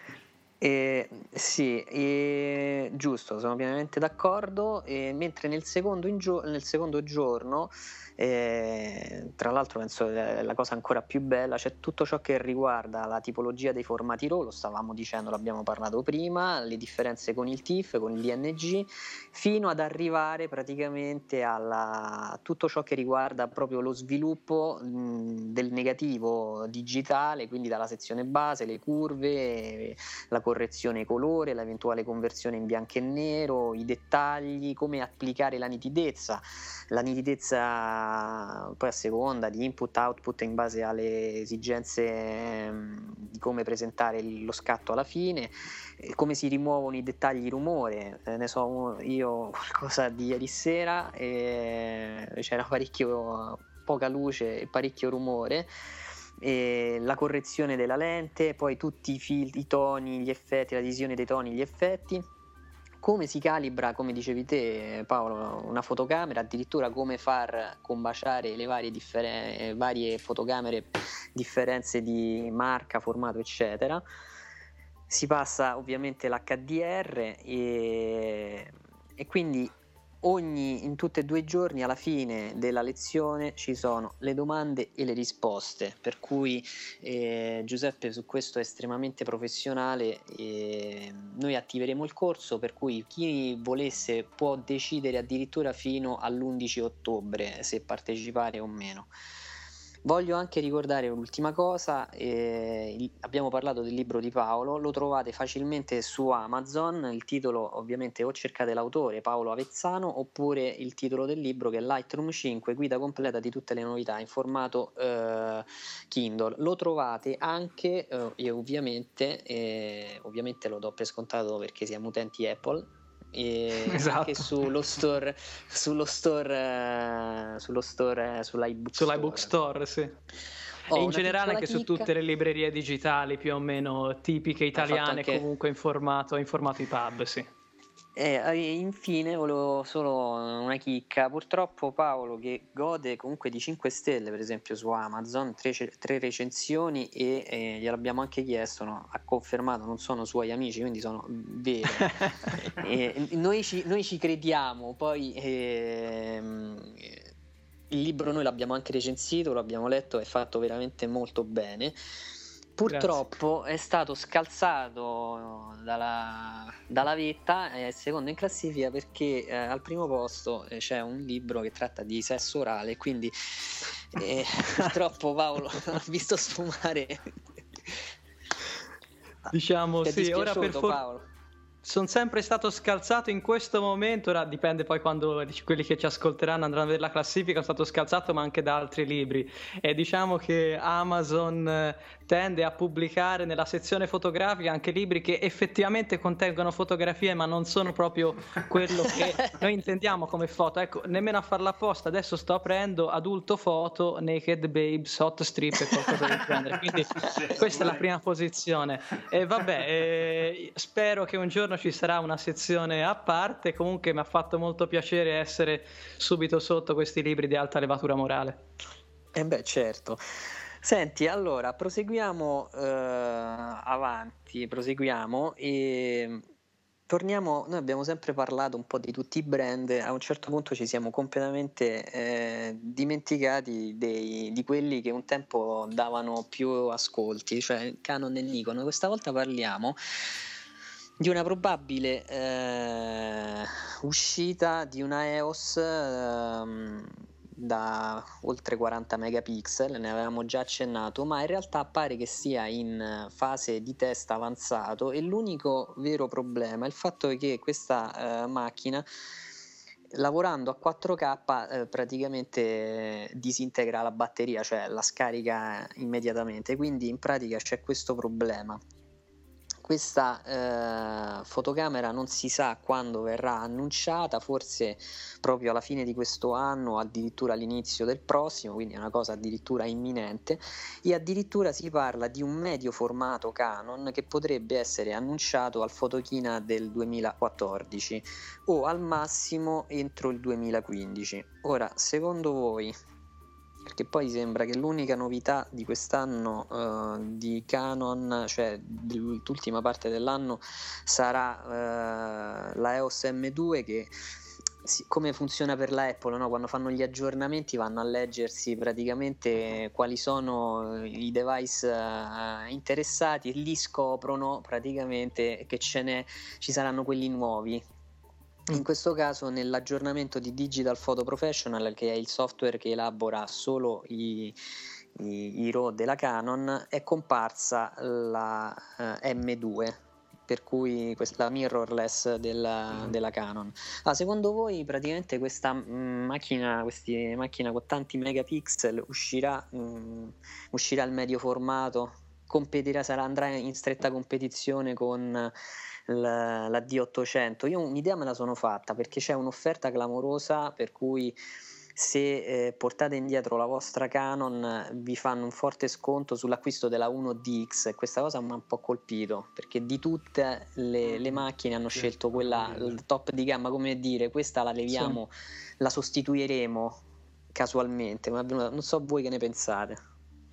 Eh, sì, eh, giusto, sono pienamente d'accordo. Eh, mentre nel secondo, in gio- nel secondo giorno, eh, tra l'altro penso è la cosa ancora più bella, c'è tutto ciò che riguarda la tipologia dei formati RAW, lo stavamo dicendo, l'abbiamo parlato prima, le differenze con il T I F, con il D N G, fino ad arrivare praticamente alla, a tutto ciò che riguarda proprio lo sviluppo mh, del negativo digitale, quindi dalla sezione base, le curve, la correzione colore, l'eventuale conversione in bianco e nero, i dettagli, come applicare la nitidezza, la nitidezza poi a seconda di input output in base alle esigenze di come presentare lo scatto alla fine, come si rimuovono i dettagli rumore. Eh, ne so io qualcosa di ieri sera, e c'era parecchio poca luce e parecchio rumore. E la correzione della lente, poi tutti i filtri, i toni, gli effetti, la divisione dei toni, gli effetti, come si calibra, come dicevi te Paolo, una fotocamera, addirittura come far combaciare le varie, differen- varie fotocamere, differenze di marca, formato eccetera. Si passa ovviamente l'H D R e, e quindi ogni, in tutti e due i giorni alla fine della lezione ci sono le domande e le risposte, per cui eh, Giuseppe su questo è estremamente professionale. E noi attiveremo il corso, per cui chi volesse può decidere addirittura fino all'undici ottobre se partecipare o meno. Voglio anche ricordare un'ultima cosa, eh, il, abbiamo parlato del libro di Paolo, lo trovate facilmente su Amazon, il titolo ovviamente o cercate l'autore Paolo Avezzano oppure il titolo del libro che è Lightroom cinque, guida completa di tutte le novità in formato eh, Kindle. Lo trovate anche, eh, e ovviamente, eh, ovviamente lo do per scontato perché siamo utenti Apple, e esatto. anche sullo store sullo store uh, sullo store uh, sull'iBook sull'iBook Store, sì. Oh, e in generale anche chicca. su tutte le librerie digitali più o meno tipiche italiane, anche... comunque in formato in formato E P U B, sì. E infine volevo solo una chicca, purtroppo Paolo, che gode comunque di cinque stelle per esempio su Amazon, tre, tre recensioni e eh, gliel'abbiamo anche chiesto, no? Ha confermato, non sono suoi amici, quindi sono veri. e noi, ci, noi ci crediamo, poi ehm, il libro noi l'abbiamo anche recensito, lo abbiamo letto, è fatto veramente molto bene. Purtroppo Grazie. È stato scalzato dalla, dalla vetta, è secondo in classifica perché eh, al primo posto eh, c'è un libro che tratta di sesso orale, quindi eh, purtroppo Paolo ha visto sfumare. Diciamo sì, ora per for- Paolo. Sono sempre stato scalzato in questo momento, ora dipende poi quando quelli che ci ascolteranno andranno a vedere la classifica, sono stato scalzato ma anche da altri libri, e diciamo che Amazon tende a pubblicare nella sezione fotografica anche libri che effettivamente contengono fotografie ma non sono proprio quello che noi intendiamo come foto, ecco, nemmeno a farla apposta. Adesso sto aprendo Adulto Foto, Naked Babes, Hot Strip e qualcosa del genere, quindi questa è la prima posizione. E vabbè, eh, spero che un giorno ci sarà una sezione a parte. Comunque mi ha fatto molto piacere essere subito sotto questi libri di alta levatura morale. Eh beh, certo. Senti, allora proseguiamo eh, avanti, proseguiamo e torniamo. Noi abbiamo sempre parlato un po' di tutti i brand, a un certo punto ci siamo completamente eh, dimenticati dei, di quelli che un tempo davano più ascolti, cioè Canon e Nikon. Questa volta parliamo di una probabile eh, uscita di una E O S eh, da oltre quaranta megapixel, ne avevamo già accennato, ma in realtà pare che sia in fase di test avanzato, e l'unico vero problema è il fatto che questa eh, macchina, lavorando a quattro K, eh, praticamente disintegra la batteria, cioè la scarica immediatamente, quindi in pratica c'è questo problema. Questa eh, fotocamera non si sa quando verrà annunciata, forse proprio alla fine di questo anno o addirittura all'inizio del prossimo, quindi è una cosa addirittura imminente, e addirittura si parla di un medio formato Canon che potrebbe essere annunciato al Fotochina del duemilaquattordici o al massimo entro il duemilaquindici. Ora, secondo voi, perché poi sembra che l'unica novità di quest'anno uh, di Canon, cioè l'ultima parte dell'anno, sarà uh, la E O S M due, che sì, come funziona per la Apple, no? Quando fanno gli aggiornamenti vanno a leggersi praticamente quali sono i device uh, interessati, e lì scoprono praticamente che ce n'è, ci saranno quelli nuovi. In questo caso, nell'aggiornamento di Digital Photo Professional, che è il software che elabora solo i, i, i RAW della Canon, è comparsa la uh, M due, per cui questa mirrorless della, della Canon. Ah, secondo voi praticamente questa mh, macchina, questa macchina con tanti megapixel uscirà, mh, uscirà al medio formato? Competirà, sarà, andrà in stretta competizione con la, la D ottocento? Io un'idea me la sono fatta, perché c'è un'offerta clamorosa per cui se eh, portate indietro la vostra Canon vi fanno un forte sconto sull'acquisto della uno D X, e questa cosa mi ha un po' colpito, perché di tutte le, le macchine hanno scelto quella, il top di gamma, come dire, questa la leviamo, sì, la sostituiremo casualmente, ma non so voi che ne pensate.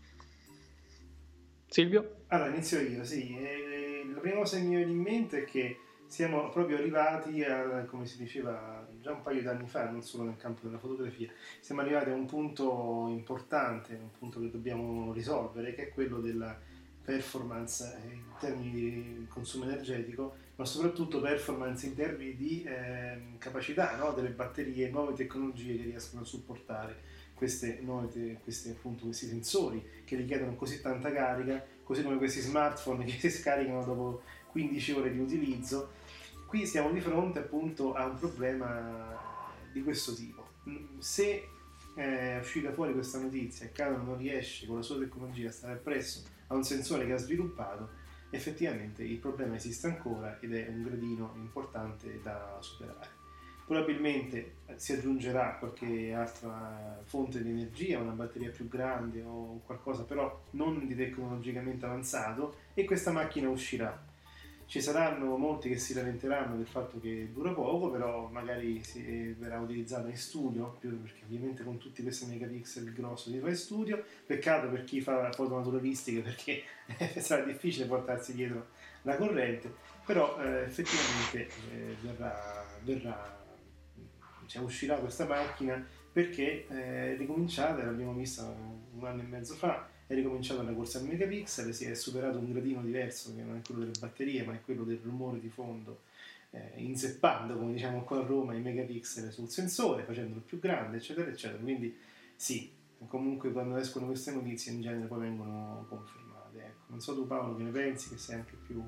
Silvio? Allora, inizio io, sì. E la prima cosa che mi viene in mente è che siamo proprio arrivati a, come si diceva già un paio di anni fa, non solo nel campo della fotografia, siamo arrivati a un punto importante, un punto che dobbiamo risolvere, che è quello della performance in termini di consumo energetico, ma soprattutto performance in termini di eh, capacità, no? Delle batterie, nuove tecnologie che riescono a supportare queste nuove, queste, appunto, questi sensori che richiedono così tanta carica, così come questi smartphone che si scaricano dopo quindici ore di utilizzo. Qui siamo di fronte appunto a un problema di questo tipo. Se è uscita fuori questa notizia e Canon non riesce con la sua tecnologia a stare appresso a un sensore che ha sviluppato, effettivamente il problema esiste ancora ed è un gradino importante da superare. Probabilmente si aggiungerà qualche altra fonte di energia, una batteria più grande o qualcosa, però non di tecnologicamente avanzato, e questa macchina uscirà. Ci saranno molti che si lamenteranno del fatto che dura poco, però magari si verrà utilizzata in studio, perché ovviamente con tutti questi megapixel grosso si fa in studio. Peccato per chi fa foto naturalistiche, perché sarà difficile portarsi dietro la corrente, però eh, effettivamente eh, verrà, verrà cioè, uscirà questa macchina, perché eh, è ricominciata, l'abbiamo vista un anno e mezzo fa, è ricominciata la corsa al megapixel, si è superato un gradino diverso che non è quello delle batterie ma è quello del rumore di fondo, eh, inzeppando, come diciamo qua a Roma, i megapixel sul sensore, facendolo più grande, eccetera eccetera. Quindi sì, comunque quando escono queste notizie in genere poi vengono confermate, ecco. Non so tu Paolo che ne pensi, che sei anche più...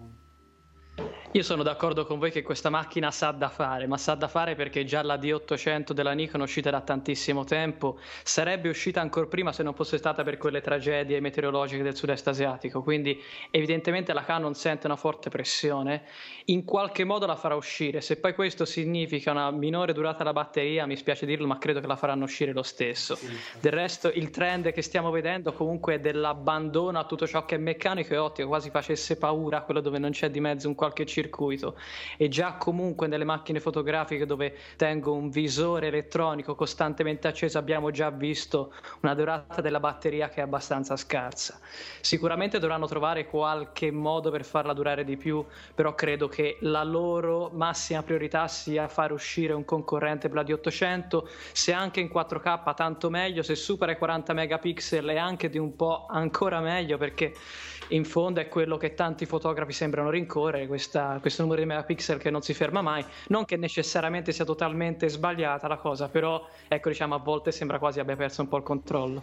Io sono d'accordo con voi che questa macchina sa da fare, ma sa da fare perché già la D ottocento della Nikon è uscita da tantissimo tempo, sarebbe uscita ancora prima se non fosse stata per quelle tragedie meteorologiche del sud-est asiatico, quindi evidentemente la Canon sente una forte pressione, in qualche modo la farà uscire. Se poi questo significa una minore durata della batteria, mi spiace dirlo, ma credo che la faranno uscire lo stesso. Sì. Del resto il trend che stiamo vedendo comunque è dell'abbandono a tutto ciò che è meccanico e ottico, quasi facesse paura quello dove non c'è di mezzo un qualche circuito, e già comunque nelle macchine fotografiche dove tengo un visore elettronico costantemente acceso abbiamo già visto una durata della batteria che è abbastanza scarsa. Sicuramente dovranno trovare qualche modo per farla durare di più, però credo che la loro massima priorità sia far uscire un concorrente per la D ottocento, se anche in quattro K tanto meglio, se supera i quaranta megapixel è anche di un po' ancora meglio, perché in fondo è quello che tanti fotografi sembrano rincorrere, questa, questo numero di megapixel che non si ferma mai. Non che necessariamente sia totalmente sbagliata la cosa, però ecco, diciamo, a volte sembra quasi abbia perso un po' il controllo.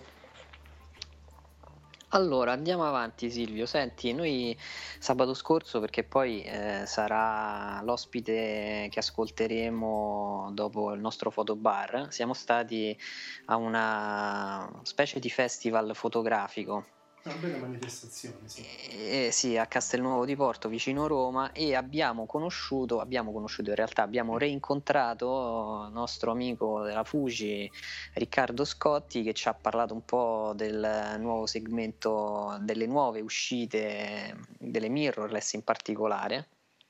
Allora andiamo avanti Silvio, senti, noi sabato scorso, perché poi eh, sarà l'ospite che ascolteremo dopo il nostro fotobar, siamo stati a una specie di festival fotografico. Una bella manifestazione, sì. Eh, sì, a Castelnuovo di Porto, vicino Roma, e abbiamo conosciuto, abbiamo conosciuto in realtà, abbiamo reincontrato il nostro amico della Fuji, Riccardo Scotti, che ci ha parlato un po' del nuovo segmento, delle nuove uscite delle mirrorless in particolare.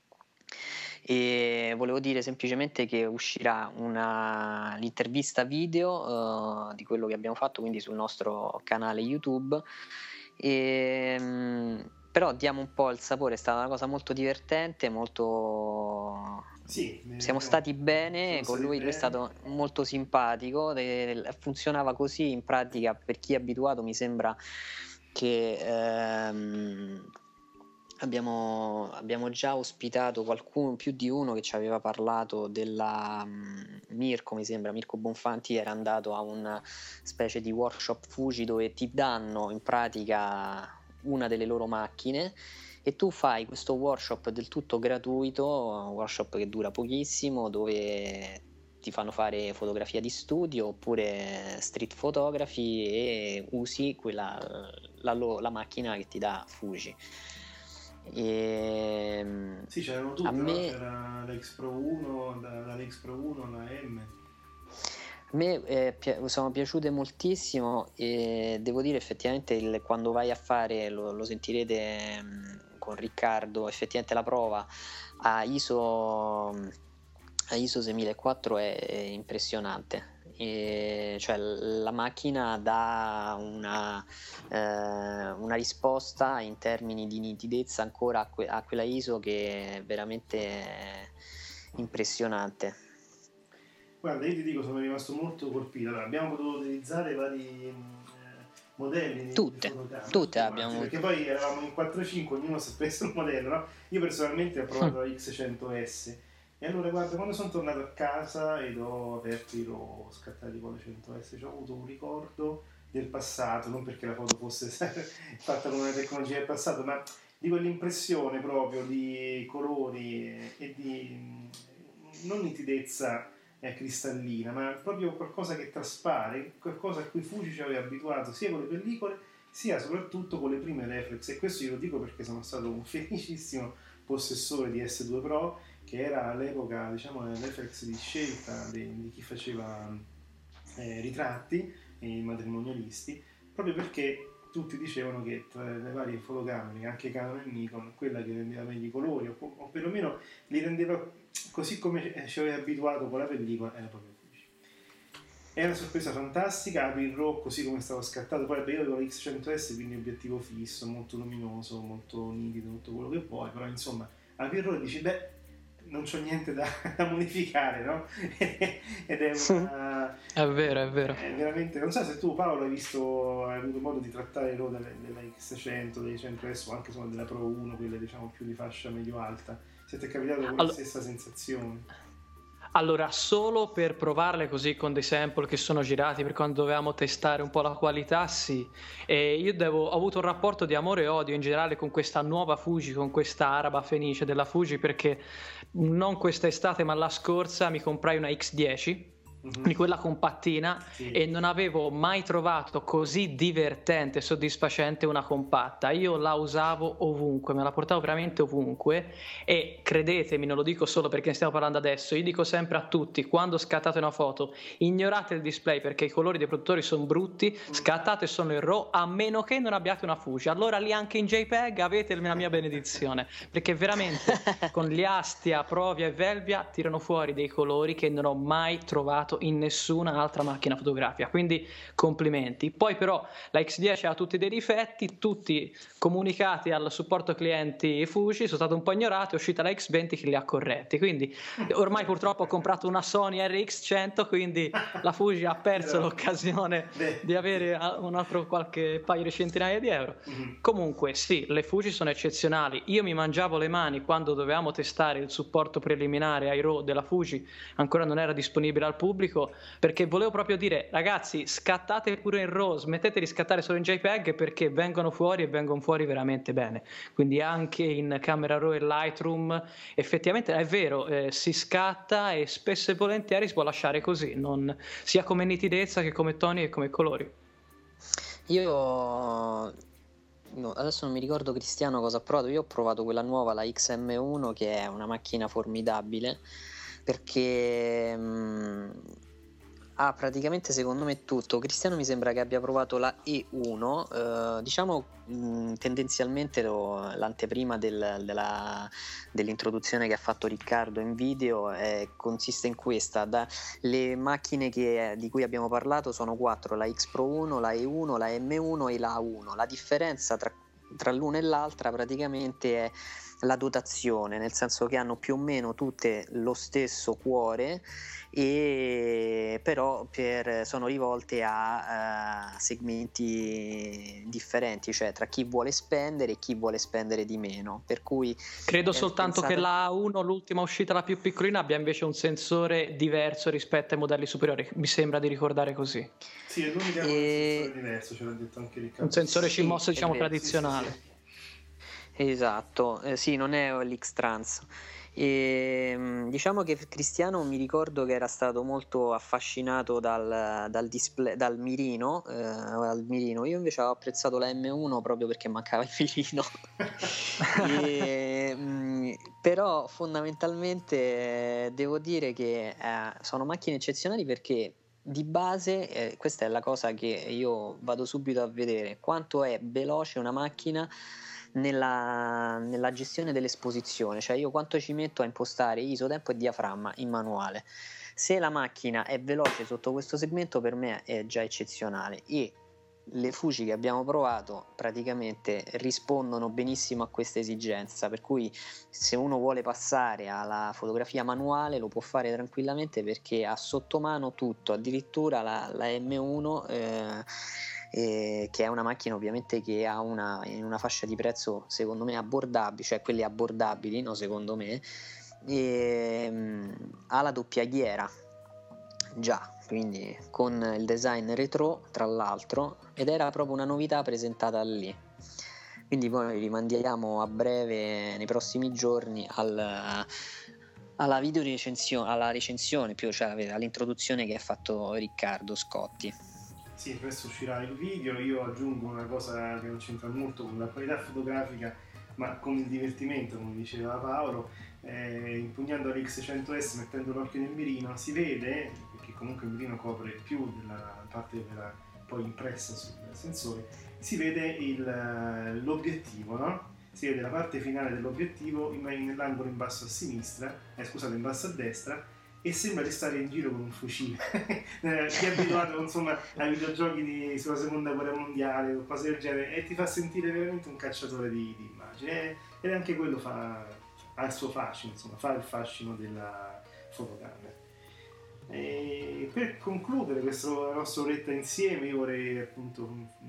E volevo dire semplicemente che uscirà una, l'intervista video uh, di quello che abbiamo fatto, quindi sul nostro canale YouTube. E, um, però diamo un po' il sapore, è stata una cosa molto divertente, molto sì, siamo stati bene con lui, lui è stato molto simpatico, funzionava così in pratica. Per chi è abituato mi sembra che ehm, Abbiamo, abbiamo già ospitato qualcuno, più di uno, che ci aveva parlato della um, Mirko, mi sembra, Mirko Bonfanti era andato a una specie di workshop Fuji dove ti danno in pratica una delle loro macchine e tu fai questo workshop del tutto gratuito, un workshop che dura pochissimo, dove ti fanno fare fotografia di studio oppure street photography e usi quella, la, la, la macchina che ti dà Fuji. E sì, c'erano tutte, me... no? C'era l'X Pro uno, l'X Pro uno, la M. A me eh, pi- sono piaciute moltissimo e devo dire effettivamente il, quando vai a fare, lo, lo sentirete mh, con Riccardo, effettivamente la prova a ISO, a ISO seimilaquattro è, è impressionante. E cioè la macchina dà una, eh, una risposta in termini di nitidezza ancora a, que- a quella ISO che è veramente impressionante. Guarda, io ti dico, sono rimasto molto colpito. Allora, abbiamo potuto utilizzare vari eh, modelli tutte, di fotocamere, tutte abbiamo, perché poi eravamo in quattro cinque, ognuno si è preso un modello, no? Io personalmente ho provato la X cento S E allora guarda, quando sono tornato a casa ed ho aperto i RAW scattati con le cento S, ho avuto un ricordo del passato, non perché la foto fosse fatta con una tecnologia del passato, ma di quell'impressione proprio di colori e di non nitidezza eh, cristallina, ma proprio qualcosa che traspare, qualcosa a cui Fuji ci aveva abituato sia con le pellicole sia soprattutto con le prime reflex. E questo io lo dico perché sono stato un felicissimo possessore di S due Pro, che era all'epoca, diciamo, la reflex di scelta di, di chi faceva eh, ritratti, i matrimonialisti, proprio perché tutti dicevano che tra le varie fotocamere, anche Canon e Nikon, quella che rendeva meglio i colori, o, o perlomeno li rendeva così come ci aveva abituato con la pellicola, era proprio Fuji. È una sorpresa fantastica, apri il RAW così come stavo scattato, poi io avevo l'X cento S, quindi obiettivo fisso, molto luminoso, molto nitido, tutto quello che vuoi, però insomma, apri il RAW e dici, beh, non c'ho niente da, da modificare, no? Ed è una... è vero, è vero. È veramente... Non so se tu, Paolo, hai visto, hai avuto modo di trattare i RAW della, della X cento, dei cento S o anche insomma della Pro uno, quelle diciamo più di fascia medio-alta. Se ti è capitato con allora... la stessa sensazione? Allora, solo per provarle così con dei sample che sono girati per quando dovevamo testare un po' la qualità, sì. E io devo, ho avuto un rapporto di amore e odio in generale con questa nuova Fuji, con questa araba fenice della Fuji, perché non questa estate ma la scorsa mi comprai una X dieci, mm-hmm. di quella compattina, sì. E non avevo mai trovato così divertente e soddisfacente una compatta. Io la usavo ovunque, me la portavo veramente ovunque e credetemi, non lo dico solo perché ne stiamo parlando adesso, io dico sempre a tutti, quando scattate una foto ignorate il display perché i colori dei produttori sono brutti, scattate solo il RAW, a meno che non abbiate una Fuji, allora lì anche in JPEG avete la mia benedizione, perché veramente con gli Astia, Provia e Velvia tirano fuori dei colori che non ho mai trovato in nessuna altra macchina fotografica, quindi complimenti. Poi però la X dieci ha tutti dei difetti, tutti comunicati al supporto clienti Fuji, sono stato un po' ignorato, è uscita la X venti che li ha corretti, quindi ormai purtroppo ho comprato una Sony R X cento, quindi la Fuji ha perso l'occasione di avere un altro qualche paio di centinaia di euro. Comunque sì, le Fuji sono eccezionali, io mi mangiavo le mani quando dovevamo testare il supporto preliminare ai RAW della Fuji, ancora non era disponibile al pubblico, perché volevo proprio dire, ragazzi, scattate pure in RAW, smettete di scattare solo in JPEG perché vengono fuori e vengono fuori veramente bene. Quindi anche in Camera Raw e Lightroom effettivamente è vero, eh, si scatta e spesso e volentieri si può lasciare così, non, sia come nitidezza che come toni e come colori. Io no, adesso non mi ricordo Cristiano cosa ha provato, io ho provato quella nuova, la X M uno, che è una macchina formidabile perché mh, ha praticamente secondo me tutto. Cristiano mi sembra che abbia provato la E uno, eh, diciamo mh, tendenzialmente lo, l'anteprima del, della, dell'introduzione che ha fatto Riccardo in video eh, consiste in questa. Da, le macchine che, di cui abbiamo parlato sono quattro: la X Pro uno, la E uno, la M uno e la A uno. La differenza tra, tra l'una e l'altra praticamente è la dotazione, nel senso che hanno più o meno tutte lo stesso cuore, e però per, sono rivolte a uh, segmenti differenti, cioè tra chi vuole spendere e chi vuole spendere di meno, per cui credo soltanto pensato... che la A uno, l'ultima uscita, la più piccolina, abbia invece un sensore diverso rispetto ai modelli superiori, mi sembra di ricordare così. Sì, è l'unica e... un sensore diverso, ce l'ha detto anche Riccardo. Un sensore sì, C M O S diciamo vero, tradizionale. sì, sì, sì. Esatto, eh, sì, non è l'X-Trans. E, diciamo che Cristiano mi ricordo che era stato molto affascinato dal, dal display, dal mirino, eh, al mirino. Io invece ho apprezzato la M uno proprio perché mancava il mirino. e, mh, però fondamentalmente eh, devo dire che eh, sono macchine eccezionali perché di base, eh, questa è la cosa che io vado subito a vedere, quanto è veloce una macchina Nella, nella gestione dell'esposizione, cioè io quanto ci metto a impostare I S O, tempo e diaframma in manuale. Se la macchina è veloce sotto questo segmento, per me è già eccezionale, e le Fuji che abbiamo provato praticamente rispondono benissimo a questa esigenza, per cui se uno vuole passare alla fotografia manuale lo può fare tranquillamente perché ha sotto mano tutto, addirittura la, la M uno eh, Eh, che è una macchina ovviamente che ha una, in una fascia di prezzo secondo me abbordabile, cioè quelle abbordabili, no, secondo me, e um, ha la doppiaghiera già, quindi con il design retro tra l'altro, ed era proprio una novità presentata lì. Quindi poi vi mandiamo a breve, nei prossimi giorni, al, alla video recensione, alla recensione più, cioè all'introduzione che ha fatto Riccardo Scotti. Sì, presto uscirà il video. Io aggiungo una cosa che non c'entra molto con la qualità fotografica, ma con il divertimento, come diceva Paolo. Eh, impugnando l'X cento S, mettendo l'occhio nel mirino, si vede, perché comunque il mirino copre più della parte che era poi impressa sul sensore, si vede il, l'obiettivo, no? Si vede la parte finale dell'obiettivo in, nell'angolo in basso a sinistra, eh, scusate, in basso a destra, e sembra di stare in giro con un fucile. Chi è abituato, insomma, ai videogiochi di, sulla seconda guerra mondiale o cose del genere, e ti fa sentire veramente un cacciatore di, di immagini, e, ed anche quello fa, ha il suo fascino, insomma, fa il fascino della fotocamera. E per concludere questa nostra oretta insieme, io vorrei appunto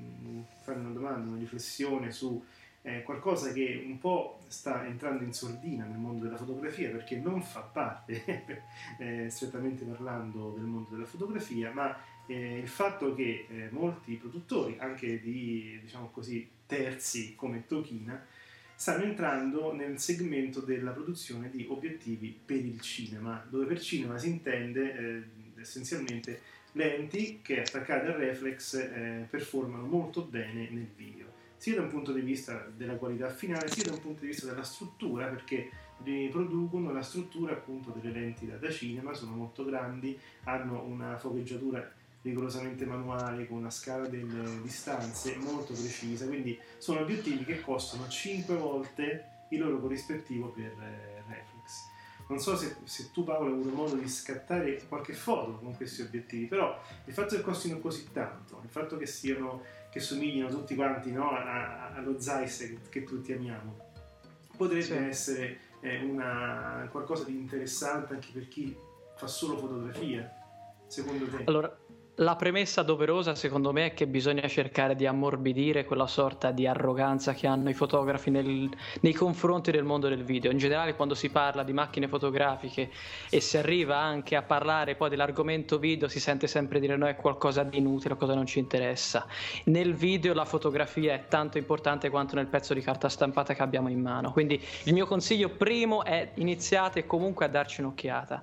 fare una domanda, una riflessione su eh, qualcosa che un po' sta entrando in sordina nel mondo della fotografia, perché non fa parte eh, strettamente parlando del mondo della fotografia, ma eh, il fatto che eh, molti produttori, anche di, diciamo così, terzi come Tokina, stanno entrando nel segmento della produzione di obiettivi per il cinema, dove per cinema si intende eh, essenzialmente lenti che, attaccate al reflex, eh, performano molto bene nel video, sia da un punto di vista della qualità finale, sia da un punto di vista della struttura, perché riproducono la struttura appunto delle lenti da, da cinema, sono molto grandi, hanno una focheggiatura rigorosamente manuale, con una scala delle distanze molto precisa, quindi sono obiettivi che costano cinque volte il loro corrispettivo per eh, reflex. Non so se, se tu, Paolo, hai avuto modo di scattare qualche foto con questi obiettivi, però il fatto che costino così tanto, il fatto che siano, che somiglino tutti quanti, no, a, a, allo Zeiss che, che tutti amiamo, potrebbe sì. essere eh, una, qualcosa di interessante anche per chi fa solo fotografia, secondo te? Allora, la premessa doverosa secondo me è che bisogna cercare di ammorbidire quella sorta di arroganza che hanno i fotografi nel, nei confronti del mondo del video. In generale, quando si parla di macchine fotografiche e si arriva anche a parlare poi dell'argomento video, si sente sempre dire no, è qualcosa di inutile, qualcosa non ci interessa. Nel video la fotografia è tanto importante quanto nel pezzo di carta stampata che abbiamo in mano, quindi il mio consiglio primo è iniziate comunque a darci un'occhiata.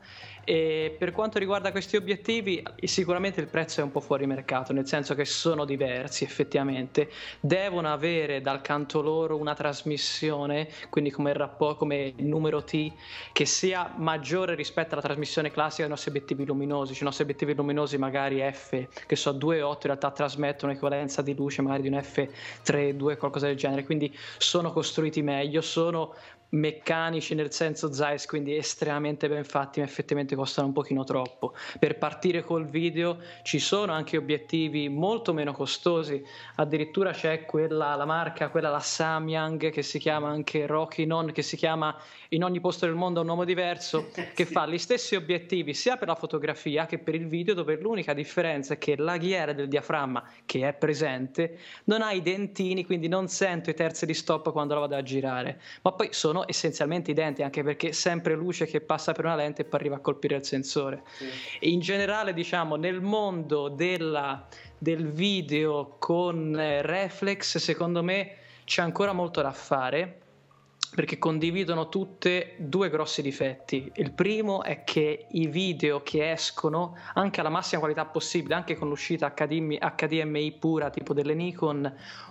E per quanto riguarda questi obiettivi, sicuramente il prezzo è un po' fuori mercato, nel senso che sono diversi effettivamente, devono avere dal canto loro una trasmissione, quindi come il rapporto, come il numero T, che sia maggiore rispetto alla trasmissione classica dei nostri obiettivi luminosi. Cioè, i nostri obiettivi luminosi magari F, che so, due virgola otto in realtà trasmettono un'equivalenza di luce magari di un F tre, due, qualcosa del genere, quindi sono costruiti meglio, sono meccanici nel senso Zeiss, quindi estremamente ben fatti, ma effettivamente costano un pochino troppo. Per partire col video ci sono anche obiettivi molto meno costosi, addirittura c'è quella, la marca, quella la Samyang, che si chiama anche Rokinon, che si chiama in ogni posto del mondo un nome diverso, che fa gli stessi obiettivi sia per la fotografia che per il video, dove l'unica differenza è che la ghiera del diaframma, che è presente, non ha i dentini, quindi non sento i terzi di stop quando la vado a girare, ma poi sono essenzialmente identici, anche perché sempre luce che passa per una lente e poi arriva a colpire il sensore. Sì. E in generale, diciamo, nel mondo della, del video con eh, reflex, secondo me c'è ancora molto da fare, perché condividono tutte due grossi difetti. Il primo è che i video che escono anche alla massima qualità possibile, anche con l'uscita H D M I pura tipo delle Nikon,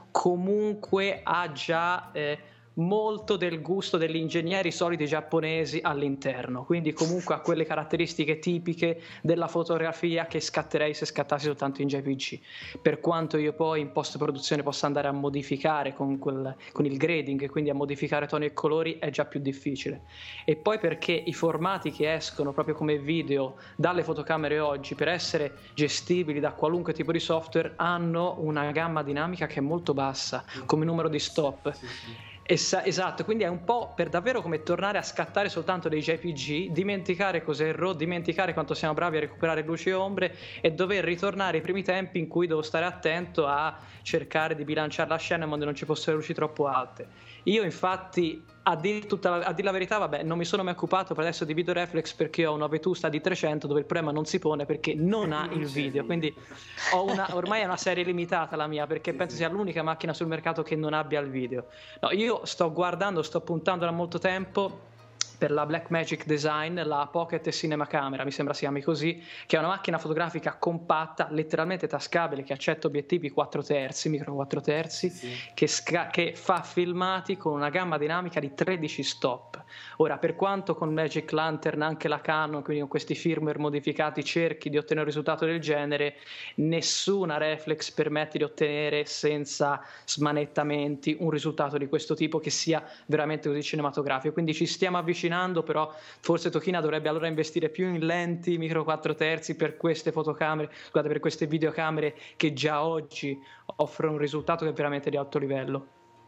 comunque ha già eh, molto del gusto degli ingegneri soliti giapponesi all'interno, quindi comunque ha quelle caratteristiche tipiche della fotografia che scatterei se scattassi soltanto in J P G, per quanto io poi in post produzione possa andare a modificare con, quel, con il grading, quindi a modificare toni e colori è già più difficile. E poi perché i formati che escono proprio come video dalle fotocamere oggi, per essere gestibili da qualunque tipo di software, hanno una gamma dinamica che è molto bassa come numero di stop. Sì, sì. Esatto, quindi è un po' per davvero come tornare a scattare soltanto dei J P G, dimenticare cos'è il RAW, dimenticare quanto siamo bravi a recuperare luci e ombre e dover ritornare ai primi tempi in cui devo stare attento a cercare di bilanciare la scena in modo che non ci fossero luci troppo alte. Io infatti, a dire, tutta la, a dire la verità, vabbè, non mi sono mai occupato per adesso di video reflex perché ho una Vetusta D trecento dove il problema non si pone perché non ha il video, quindi ho una, ormai è una serie limitata la mia, perché penso sia l'unica macchina sul mercato che non abbia il video. No, io sto guardando, sto puntando da molto tempo per la Blackmagic Design, la Pocket Cinema Camera, mi sembra si chiami così, che è una macchina fotografica compatta, letteralmente tascabile, che accetta obiettivi quattro terzi, micro quattro terzi, sì. che, sca- che fa filmati con una gamma dinamica di tredici stop. Ora, per quanto con Magic Lantern anche la Canon, quindi con questi firmware modificati, cerchi di ottenere un risultato del genere, nessuna reflex permette di ottenere senza smanettamenti un risultato di questo tipo che sia veramente così cinematografico. Quindi ci stiamo avvicinando, però forse Tokina dovrebbe allora investire più in lenti micro quattro terzi per queste fotocamere, scusate, per queste videocamere che già oggi offrono un risultato che è veramente di alto livello.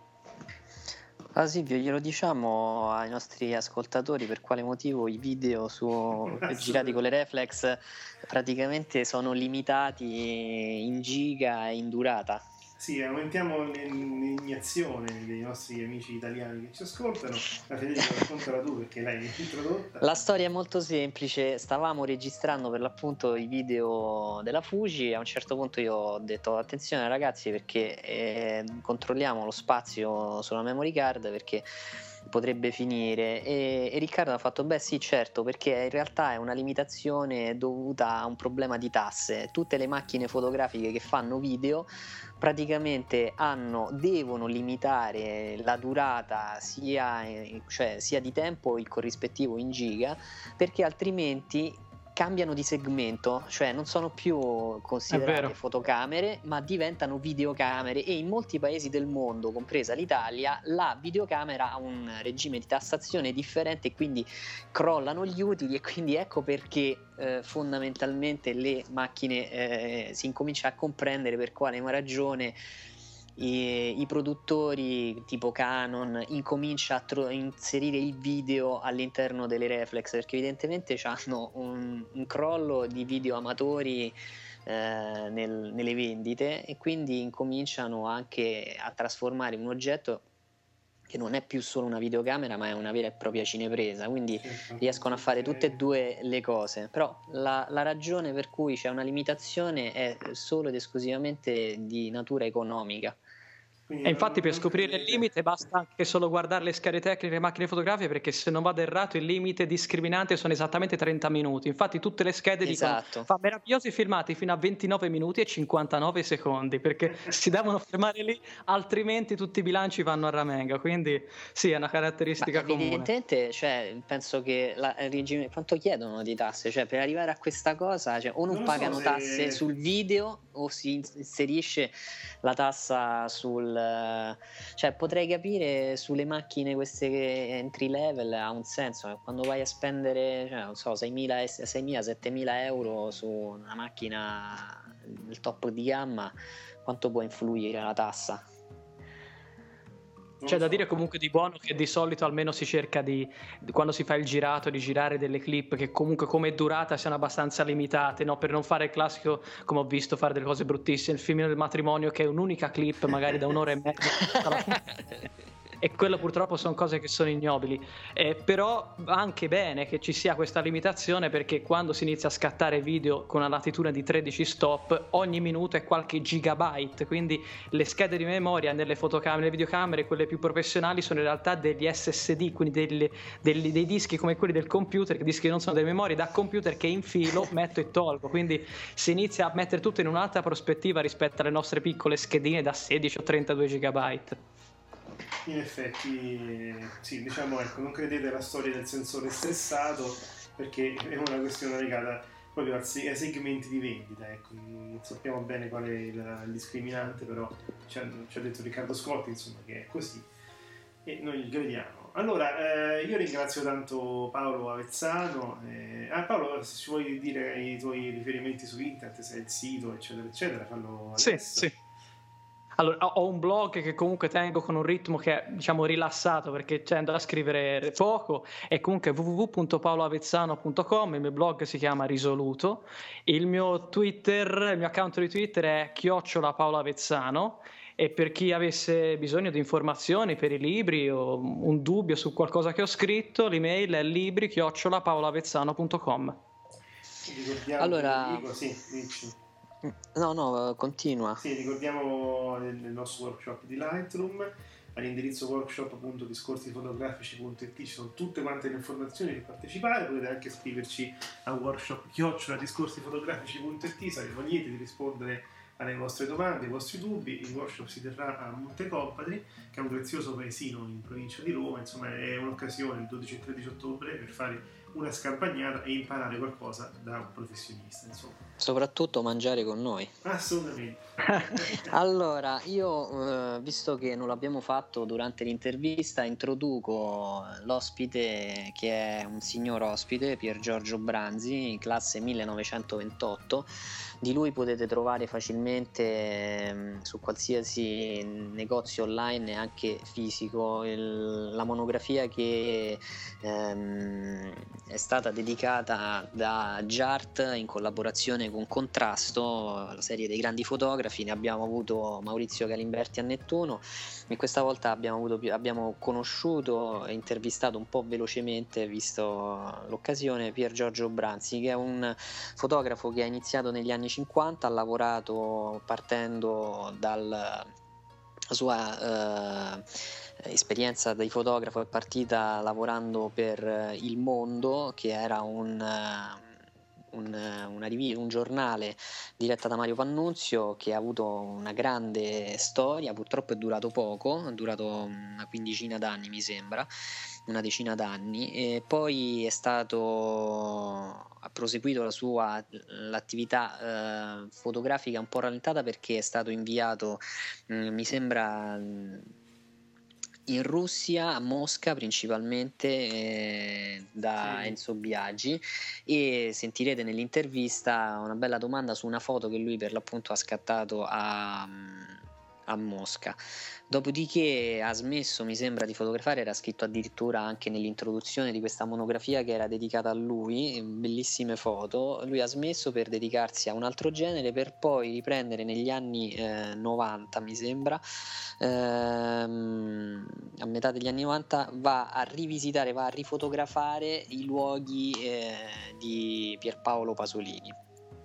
Ah Silvio, glielo diciamo ai nostri ascoltatori per quale motivo i video su, girati con le reflex praticamente sono limitati in giga e in durata. Sì, aumentiamo l'indignazione dei nostri amici italiani che ci ascoltano. La Federica, raccontala tu perché l'hai introdotta. La storia è molto semplice, stavamo registrando per l'appunto i video della Fuji e a un certo punto io ho detto attenzione ragazzi perché eh, controlliamo lo spazio sulla memory card perché potrebbe finire e, e Riccardo ha fatto beh sì certo perché in realtà è una limitazione dovuta a un problema di tasse. Tutte le macchine fotografiche che fanno video praticamente hanno, devono limitare la durata sia, cioè, sia di tempo il corrispettivo in giga perché altrimenti cambiano di segmento, cioè non sono più considerate fotocamere ma diventano videocamere e in molti paesi del mondo, compresa l'Italia, la videocamera ha un regime di tassazione differente e quindi crollano gli utili e quindi ecco perché eh, fondamentalmente le macchine eh, si incomincia a comprendere per quale ragione I, i produttori tipo Canon incomincia a tro- inserire il video all'interno delle reflex perché evidentemente hanno un, un crollo di video amatori eh, nel, nelle vendite e quindi incominciano anche a trasformare un oggetto che non è più solo una videocamera ma è una vera e propria cinepresa, quindi sì, riescono a fare tutte e due le cose, però la, la ragione per cui c'è una limitazione è solo ed esclusivamente di natura economica. E infatti per scoprire il limite basta anche solo guardare le schede tecniche delle macchine fotografiche perché se non vado errato il limite discriminante sono esattamente trenta minuti, infatti tutte le schede esatto. dicono fa meravigliosi filmati fino a ventinove minuti e cinquantanove secondi perché si devono fermare lì altrimenti tutti i bilanci vanno a ramenga, quindi sì è una caratteristica Ma comune. Evidentemente cioè, penso che la, il regime, quanto chiedono di tasse, cioè per arrivare a questa cosa cioè, o non, non pagano so se... tasse sul video o si inserisce la tassa sul cioè potrei capire sulle macchine queste entry level ha un senso quando vai a spendere cioè, non so seimila settemila euro su una macchina del top di gamma quanto può influire la tassa? C'è da dire comunque di buono che di solito almeno si cerca di, quando si fa il girato, di girare delle clip che comunque come durata siano abbastanza limitate, no? Per non fare il classico, come ho visto, fare delle cose bruttissime, il film del matrimonio che è un'unica clip magari da un'ora e mezza e quello purtroppo sono cose che sono ignobili, eh, però anche bene che ci sia questa limitazione perché quando si inizia a scattare video con una latitudine di tredici stop ogni minuto è qualche gigabyte, quindi le schede di memoria nelle fotocamere, nelle videocamere, quelle più professionali sono in realtà degli S S D, quindi degli, degli, dei dischi come quelli del computer, che dischi che non sono delle memorie da computer che infilo, metto e tolgo, quindi si inizia a mettere tutto in un'altra prospettiva rispetto alle nostre piccole schedine da sedici o trentadue gigabyte. In effetti, sì, diciamo, ecco, non credete alla storia del sensore stressato perché è una questione legata proprio ai segmenti di vendita, ecco. Non sappiamo bene qual è il, il discriminante, però ci ha, ci ha detto Riccardo Scotti, insomma, che è così e noi gli crediamo. Allora, eh, io ringrazio tanto Paolo Avezzano. Eh, ah, Paolo, se ci vuoi dire i tuoi riferimenti su internet, se è il sito, eccetera, eccetera, fallo adesso. Sì, sì. Allora, ho un blog che comunque tengo con un ritmo che è, diciamo, rilassato perché tendo a scrivere poco, e comunque w w w punto paolo avezzano punto com, il mio blog si chiama Risoluto, il mio Twitter, il mio account di Twitter è chiocciola Paolo Avezzano, E per chi avesse bisogno di informazioni per i libri o un dubbio su qualcosa che ho scritto, l'email è libri chiocciola paolavezzano punto com. Allora, dico, sì, dici. No, no, continua. Sì, ricordiamo il nostro workshop di Lightroom. All'indirizzo workshop punto discorsi fotografici punto it ci sono tutte quante le informazioni per partecipare. Potete anche scriverci a workshop chiocciola discorsi fotografici punto it saremo lieti di rispondere alle vostre domande, ai vostri dubbi. Il workshop si terrà a Montecompatri, che è un grazioso paesino in provincia di Roma. Insomma, è un'occasione il dodici e tredici ottobre per fare una scampagnata e imparare qualcosa da un professionista, insomma. Soprattutto mangiare con noi. Assolutamente. Allora, io, eh, visto che non l'abbiamo fatto durante l'intervista, introduco l'ospite, che è un signor ospite, Pier Giorgio Branzi, classe millenovecentoventotto. Di lui potete trovare facilmente eh, su qualsiasi negozio online e anche fisico il, la monografia che ehm, è stata dedicata da Jart in collaborazione con Contrasto, la serie dei grandi fotografi. Ne abbiamo avuto Maurizio Galimberti a Nettuno e questa volta abbiamo, avuto, abbiamo conosciuto e intervistato un po' velocemente, visto l'occasione, Pier Giorgio Branzi, che è un fotografo che ha iniziato negli anni cinquanta, ha lavorato partendo dalla sua eh, esperienza di fotografo, è partita lavorando per Il Mondo, che era un Un, una riv- un giornale diretta da Mario Pannunzio, che ha avuto una grande storia. Purtroppo è durato poco, è durato una quindicina d'anni, mi sembra, una decina d'anni, e poi è stato ha proseguito la sua l'attività eh, fotografica un po' rallentata, perché è stato inviato mh, mi sembra mh, in Russia, a Mosca principalmente, eh, da sì. Enzo Biagi, e sentirete nell'intervista una bella domanda su una foto che lui per l'appunto ha scattato a, a Mosca. Dopodiché ha smesso, mi sembra, di fotografare. Era scritto addirittura anche nell'introduzione di questa monografia che era dedicata a lui, bellissime foto. Lui ha smesso per dedicarsi a un altro genere, per poi riprendere negli anni eh, novanta, mi sembra, ehm, a metà degli anni novanta, va a rivisitare, va a rifotografare i luoghi eh, di Pierpaolo Pasolini.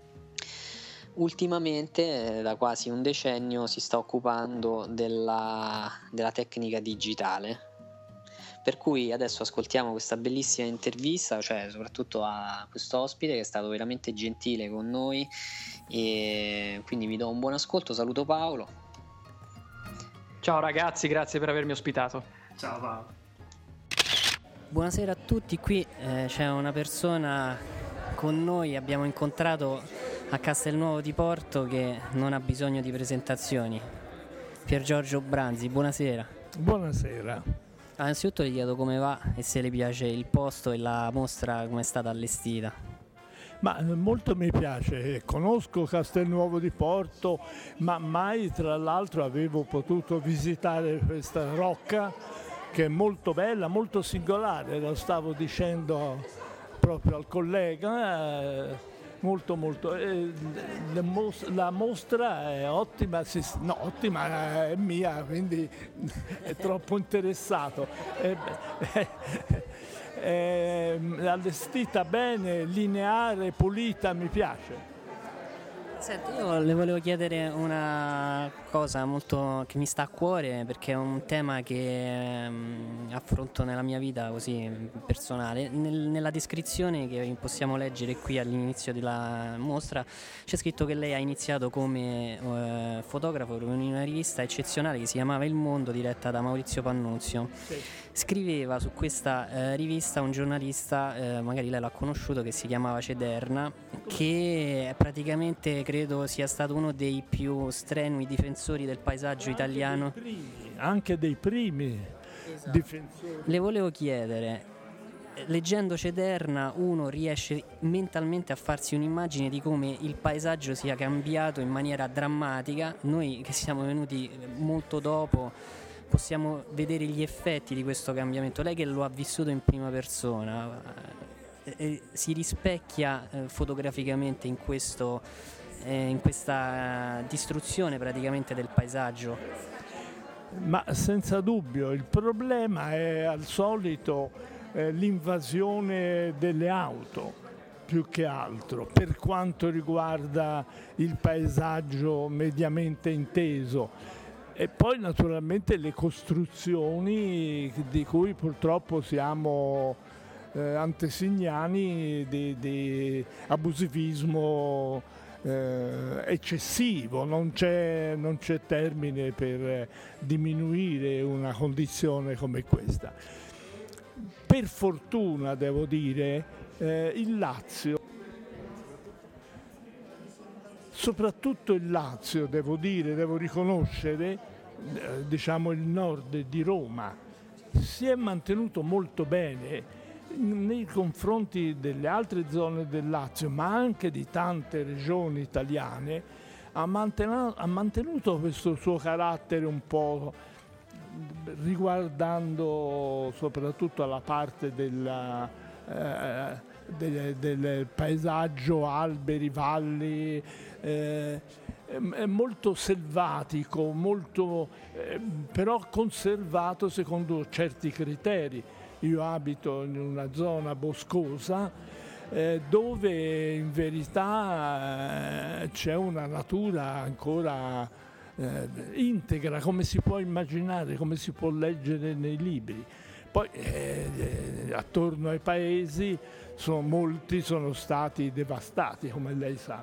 Ultimamente, da quasi un decennio, si sta occupando della, della tecnica digitale, per cui adesso ascoltiamo questa bellissima intervista, cioè soprattutto a questo ospite che è stato veramente gentile con noi, e quindi vi do un buon ascolto. Saluto Paolo. Ciao ragazzi, grazie per avermi ospitato. Ciao Paolo. Buonasera a tutti, qui eh, c'è una persona con noi, abbiamo incontrato a Castelnuovo di Porto, che non ha bisogno di presentazioni. Pier Giorgio Branzi, buonasera. Buonasera. Innanzitutto gli chiedo come va e se le piace il posto e la mostra come è stata allestita. Ma molto mi piace, conosco Castelnuovo di Porto, ma mai tra l'altro avevo potuto visitare questa rocca, che è molto bella, molto singolare, lo stavo dicendo proprio al collega. Eh, molto molto eh, la mostra è ottima, no ottima è mia, quindi è troppo interessato, è, è, è allestita bene, lineare, pulita, mi piace. Senti, io le volevo chiedere una cosa molto che mi sta a cuore, perché è un tema che um, affronto nella mia vita così personale. Nel, nella descrizione che possiamo leggere qui all'inizio della mostra c'è scritto che lei ha iniziato come uh, fotografo in una rivista eccezionale che si chiamava Il Mondo, diretta da Maurizio Pannunzio. Sì. Scriveva su questa uh, rivista un giornalista, uh, magari lei l'ha conosciuto, che si chiamava Cederna, che praticamente credo sia stato uno dei più strenui difensori del paesaggio anche italiano. Dei primi, anche dei primi esatto. difensori. Le volevo chiedere, leggendo Cederna uno riesce mentalmente a farsi un'immagine di come il paesaggio sia cambiato in maniera drammatica. Noi che siamo venuti molto dopo possiamo vedere gli effetti di questo cambiamento. Lei che lo ha vissuto in prima persona, eh, eh, si rispecchia eh, fotograficamente in questo eh, in questa distruzione praticamente del paesaggio? Ma senza dubbio, il problema è al solito eh, l'invasione delle auto, più che altro, per quanto riguarda il paesaggio mediamente inteso. E poi naturalmente le costruzioni di cui purtroppo siamo eh, antesignani di, di abusivismo eh, eccessivo, non c'è, non c'è termine per diminuire una condizione come questa. Per fortuna, devo dire, eh, il Lazio, soprattutto il Lazio, devo dire, devo riconoscere, eh, diciamo il nord di Roma, si è mantenuto molto bene nei confronti delle altre zone del Lazio, ma anche di tante regioni italiane, ha mantenuto, ha mantenuto questo suo carattere un po' riguardando soprattutto la parte della, eh, del, del paesaggio, alberi, valli, eh, è molto selvatico, molto, eh, però conservato secondo certi criteri. Io abito in una zona boscosa eh, dove in verità eh, c'è una natura ancora eh, integra, come si può immaginare, come si può leggere nei libri. Poi eh, eh, attorno ai paesi sono, molti sono stati devastati, come lei sa.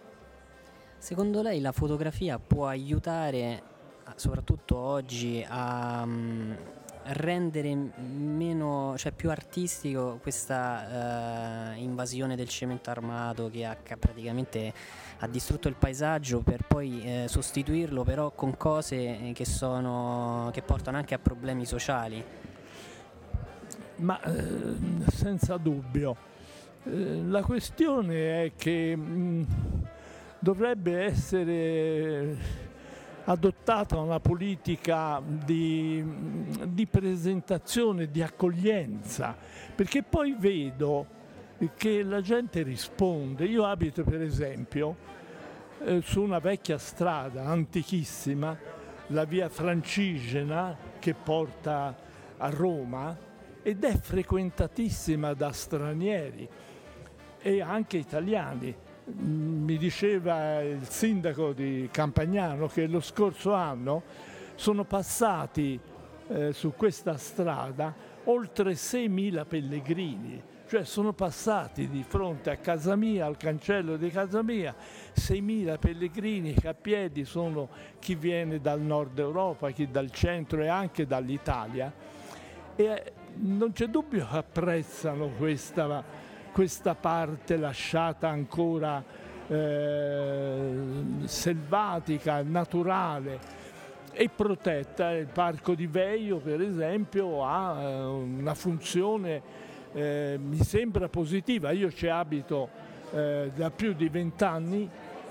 Secondo lei la fotografia può aiutare, soprattutto oggi, a um, rendere meno, cioè più artistico questa uh, invasione del cemento armato che ha praticamente ha distrutto il paesaggio, per poi eh, sostituirlo però con cose che sono che portano anche a problemi sociali? Ma eh, senza dubbio. Eh, la questione è che mh, dovrebbe essere adottata una politica di, di presentazione, di accoglienza, perché poi vedo che la gente risponde. Io abito per esempio eh, su una vecchia strada antichissima, la via Francigena che porta a Roma, ed è frequentatissima da stranieri e anche italiani. Mi diceva il sindaco di Campagnano che lo scorso anno sono passati eh, su questa strada oltre seimila pellegrini, cioè sono passati di fronte a casa mia, al cancello di casa mia, seimila pellegrini che a piedi sono chi viene dal nord Europa, chi dal centro e anche dall'Italia, e non c'è dubbio che apprezzano questa, questa parte lasciata ancora eh, selvatica, naturale e protetta. Il parco di Veio, per esempio, ha eh, una funzione, eh, mi sembra positiva. Io ci abito eh, da più di vent'anni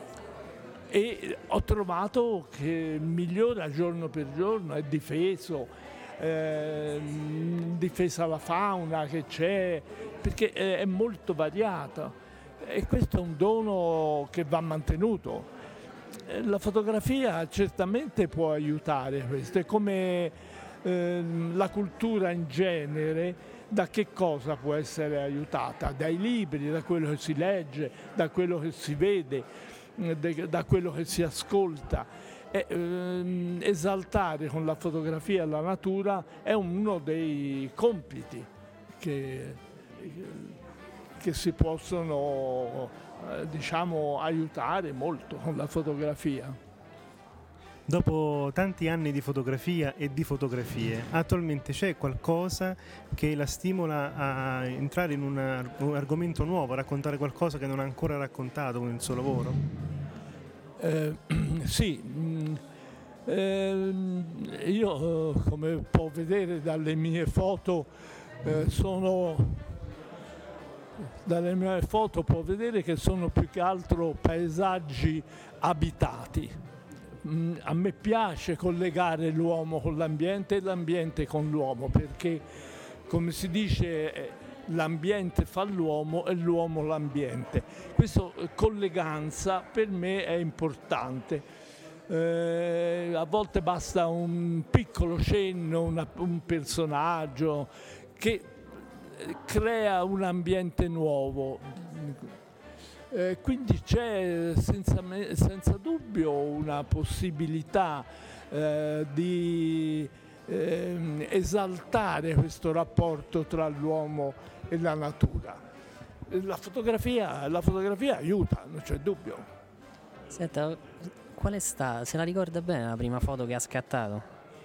e ho trovato che migliora giorno per giorno, è difeso. Eh, difesa la fauna che c'è, perché è, è molto variata e questo è un dono che va mantenuto. Eh, la fotografia certamente può aiutare questo, è come eh, la cultura in genere. Da che cosa può essere aiutata? Dai libri, da quello che si legge, da quello che si vede, de, da quello che si ascolta. E, ehm, esaltare con la fotografia la natura è uno dei compiti che, che si possono eh, diciamo aiutare molto con la fotografia. Dopo tanti anni di fotografia e di fotografie, attualmente c'è qualcosa che la stimola a entrare in una, un argomento nuovo, a raccontare qualcosa che non ha ancora raccontato con il suo lavoro? Eh, sì, eh, io come può vedere dalle mie foto eh, sono dalle mie foto può vedere che sono più che altro paesaggi abitati. Mm, a me piace collegare l'uomo con l'ambiente e l'ambiente con l'uomo, perché come si dice l'ambiente fa l'uomo e l'uomo l'ambiente. Questa colleganza per me è importante. Eh, a volte basta un piccolo cenno, una, un personaggio che crea un ambiente nuovo. Eh, quindi c'è senza, me, senza dubbio una possibilità eh, di eh, esaltare questo rapporto tra l'uomo e la natura. La fotografia, la fotografia aiuta, non c'è dubbio. Senta, qual è stata, se la ricorda bene, la prima foto che ha scattato?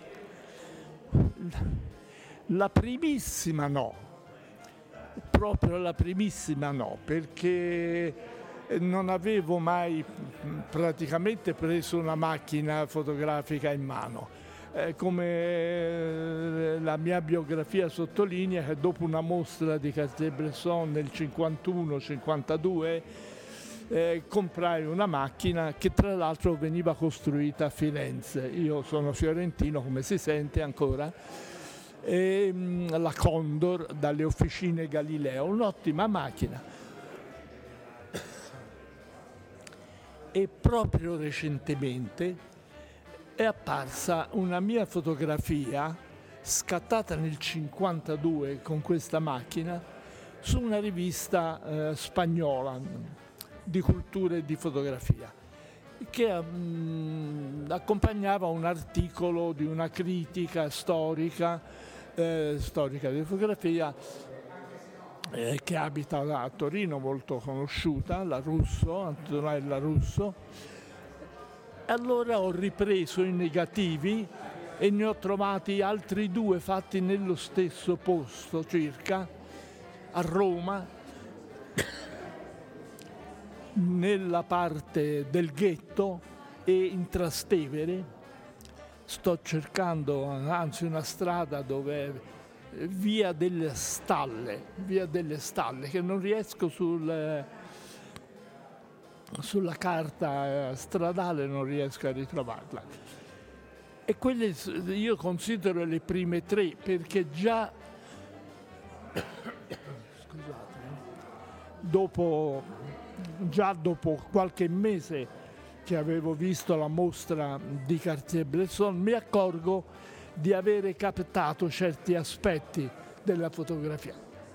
La primissima no, proprio la primissima no, perché non avevo mai praticamente preso una macchina fotografica in mano. Eh, come la mia biografia sottolinea, che dopo una mostra di Cartier-Bresson nel cinquantuno cinquantadue eh, comprai una macchina che tra l'altro veniva costruita a Firenze. Io sono fiorentino, come si sente ancora, e, mh, la Condor dalle officine Galileo, un'ottima macchina. E proprio recentemente è apparsa una mia fotografia scattata nel cinquantadue con questa macchina su una rivista eh, spagnola di cultura e di fotografia, che mh, accompagnava un articolo di una critica storica, eh, storica di fotografia eh, che abita a Torino, molto conosciuta, la Russo, Antonella Russo. Allora ho ripreso i negativi e ne ho trovati altri due fatti nello stesso posto circa, a Roma, nella parte del ghetto e in Trastevere. Sto cercando anzi una strada dove via delle stalle, via delle stalle che non riesco sul... sulla carta stradale non riesco a ritrovarla. E quelle io considero le prime tre, perché già scusate, dopo, già dopo qualche mese che avevo visto la mostra di Cartier-Bresson mi accorgo di avere captato certi aspetti della fotografia.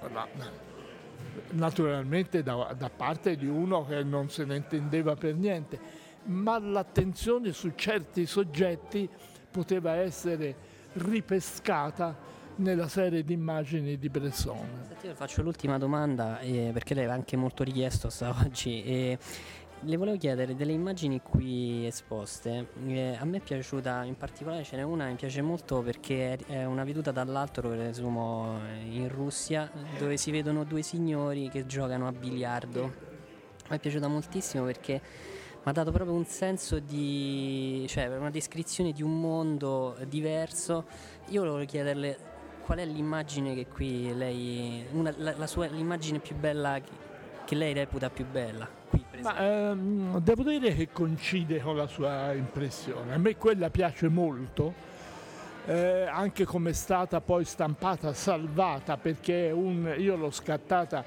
Naturalmente da, da parte di uno che non se ne intendeva per niente, ma l'attenzione su certi soggetti poteva essere ripescata nella serie di immagini di Bresson. Senti, io faccio l'ultima domanda eh, perché lei aveva anche molto richiesto oggi. E le volevo chiedere delle immagini qui esposte. Eh, a me è piaciuta, in particolare ce n'è una che mi piace molto perché è una veduta dall'alto, presumo in Russia, dove si vedono due signori che giocano a biliardo. Mi è piaciuta moltissimo perché mi ha dato proprio un senso di, cioè una descrizione di un mondo diverso. Io volevo chiederle qual è l'immagine che qui lei, una, la, la sua, l'immagine più bella che, che lei reputa più bella. Ma, ehm, devo dire che coincide con la sua impressione. A me quella piace molto, eh, anche come è stata poi stampata, salvata, perché è un, io l'ho scattata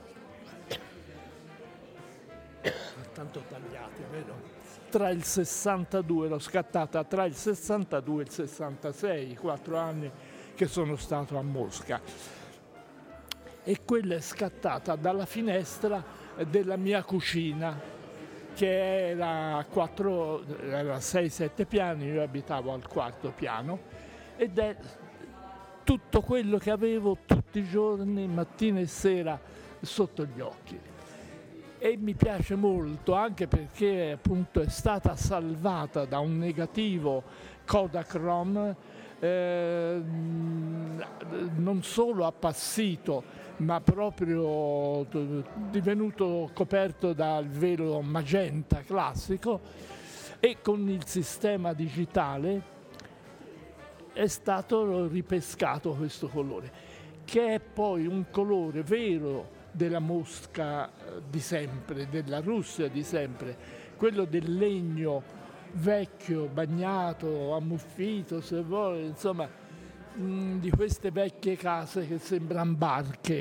tanto tagliati, vero? Tra il sessantadue, l'ho scattata tra il sessantadue e il sessantasei, i quattro anni che sono stato a Mosca. E quella è scattata dalla finestra della mia cucina, che era a sei sette piani, io abitavo al quarto piano, ed è tutto quello che avevo tutti i giorni, mattina e sera, sotto gli occhi. E mi piace molto anche perché appunto è stata salvata da un negativo Kodachrome eh, non solo appassito, ma proprio divenuto coperto dal velo magenta classico, e con il sistema digitale è stato ripescato questo colore, che è poi un colore vero della Mosca di sempre, della Russia di sempre, quello del legno vecchio, bagnato, ammuffito, se vuole, insomma, di queste vecchie case che sembrano barche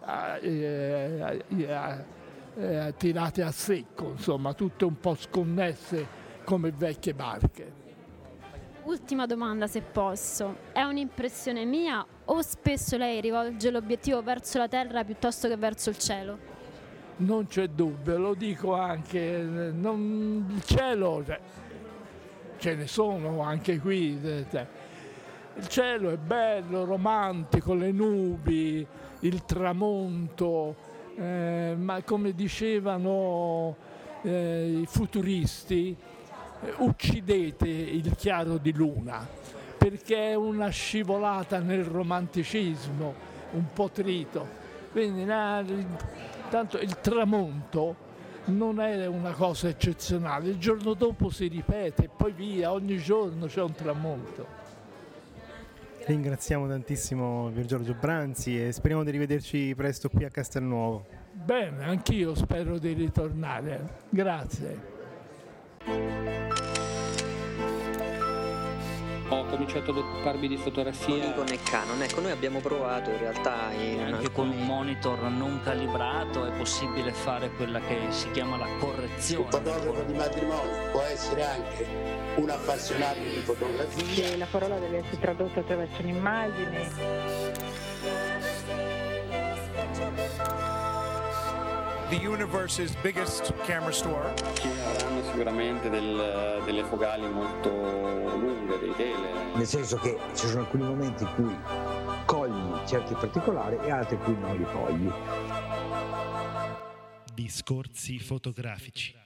eh, eh, eh, tirate a secco, insomma, tutte un po' sconnesse come vecchie barche. Ultima domanda, se posso. È un'impressione mia o spesso lei rivolge l'obiettivo verso la terra piuttosto che verso il cielo? Non c'è dubbio, lo dico anche, non, il cielo, cioè, ce ne sono anche qui. Cioè, il cielo è bello, romantico, le nubi, il tramonto, eh, ma come dicevano eh, i futuristi, uccidete il chiaro di luna, perché è una scivolata nel romanticismo, un po' trito. Quindi tanto il tramonto non è una cosa eccezionale, il giorno dopo si ripete e poi via, ogni giorno c'è un tramonto. Ringraziamo tantissimo Piergiorgio Branzi e speriamo di rivederci presto qui a Castelnuovo. Bene, anch'io spero di ritornare. Grazie. Ho cominciato ad occuparmi di fotografia. Nikon e Canon, ecco, noi abbiamo provato in realtà in anche alcuni... con un monitor non calibrato è possibile fare quella che si chiama la correzione. Un fotografo di matrimonio può essere anche un appassionato di fotografia. E la parola deve essere tradotta attraverso un'immagine. The universe's biggest camera store. Ci avranno sicuramente del, delle focali molto lunghe, dei tele. Nel senso che ci sono alcuni momenti in cui cogli certi particolari e altri in cui non li cogli. Discorsi fotografici.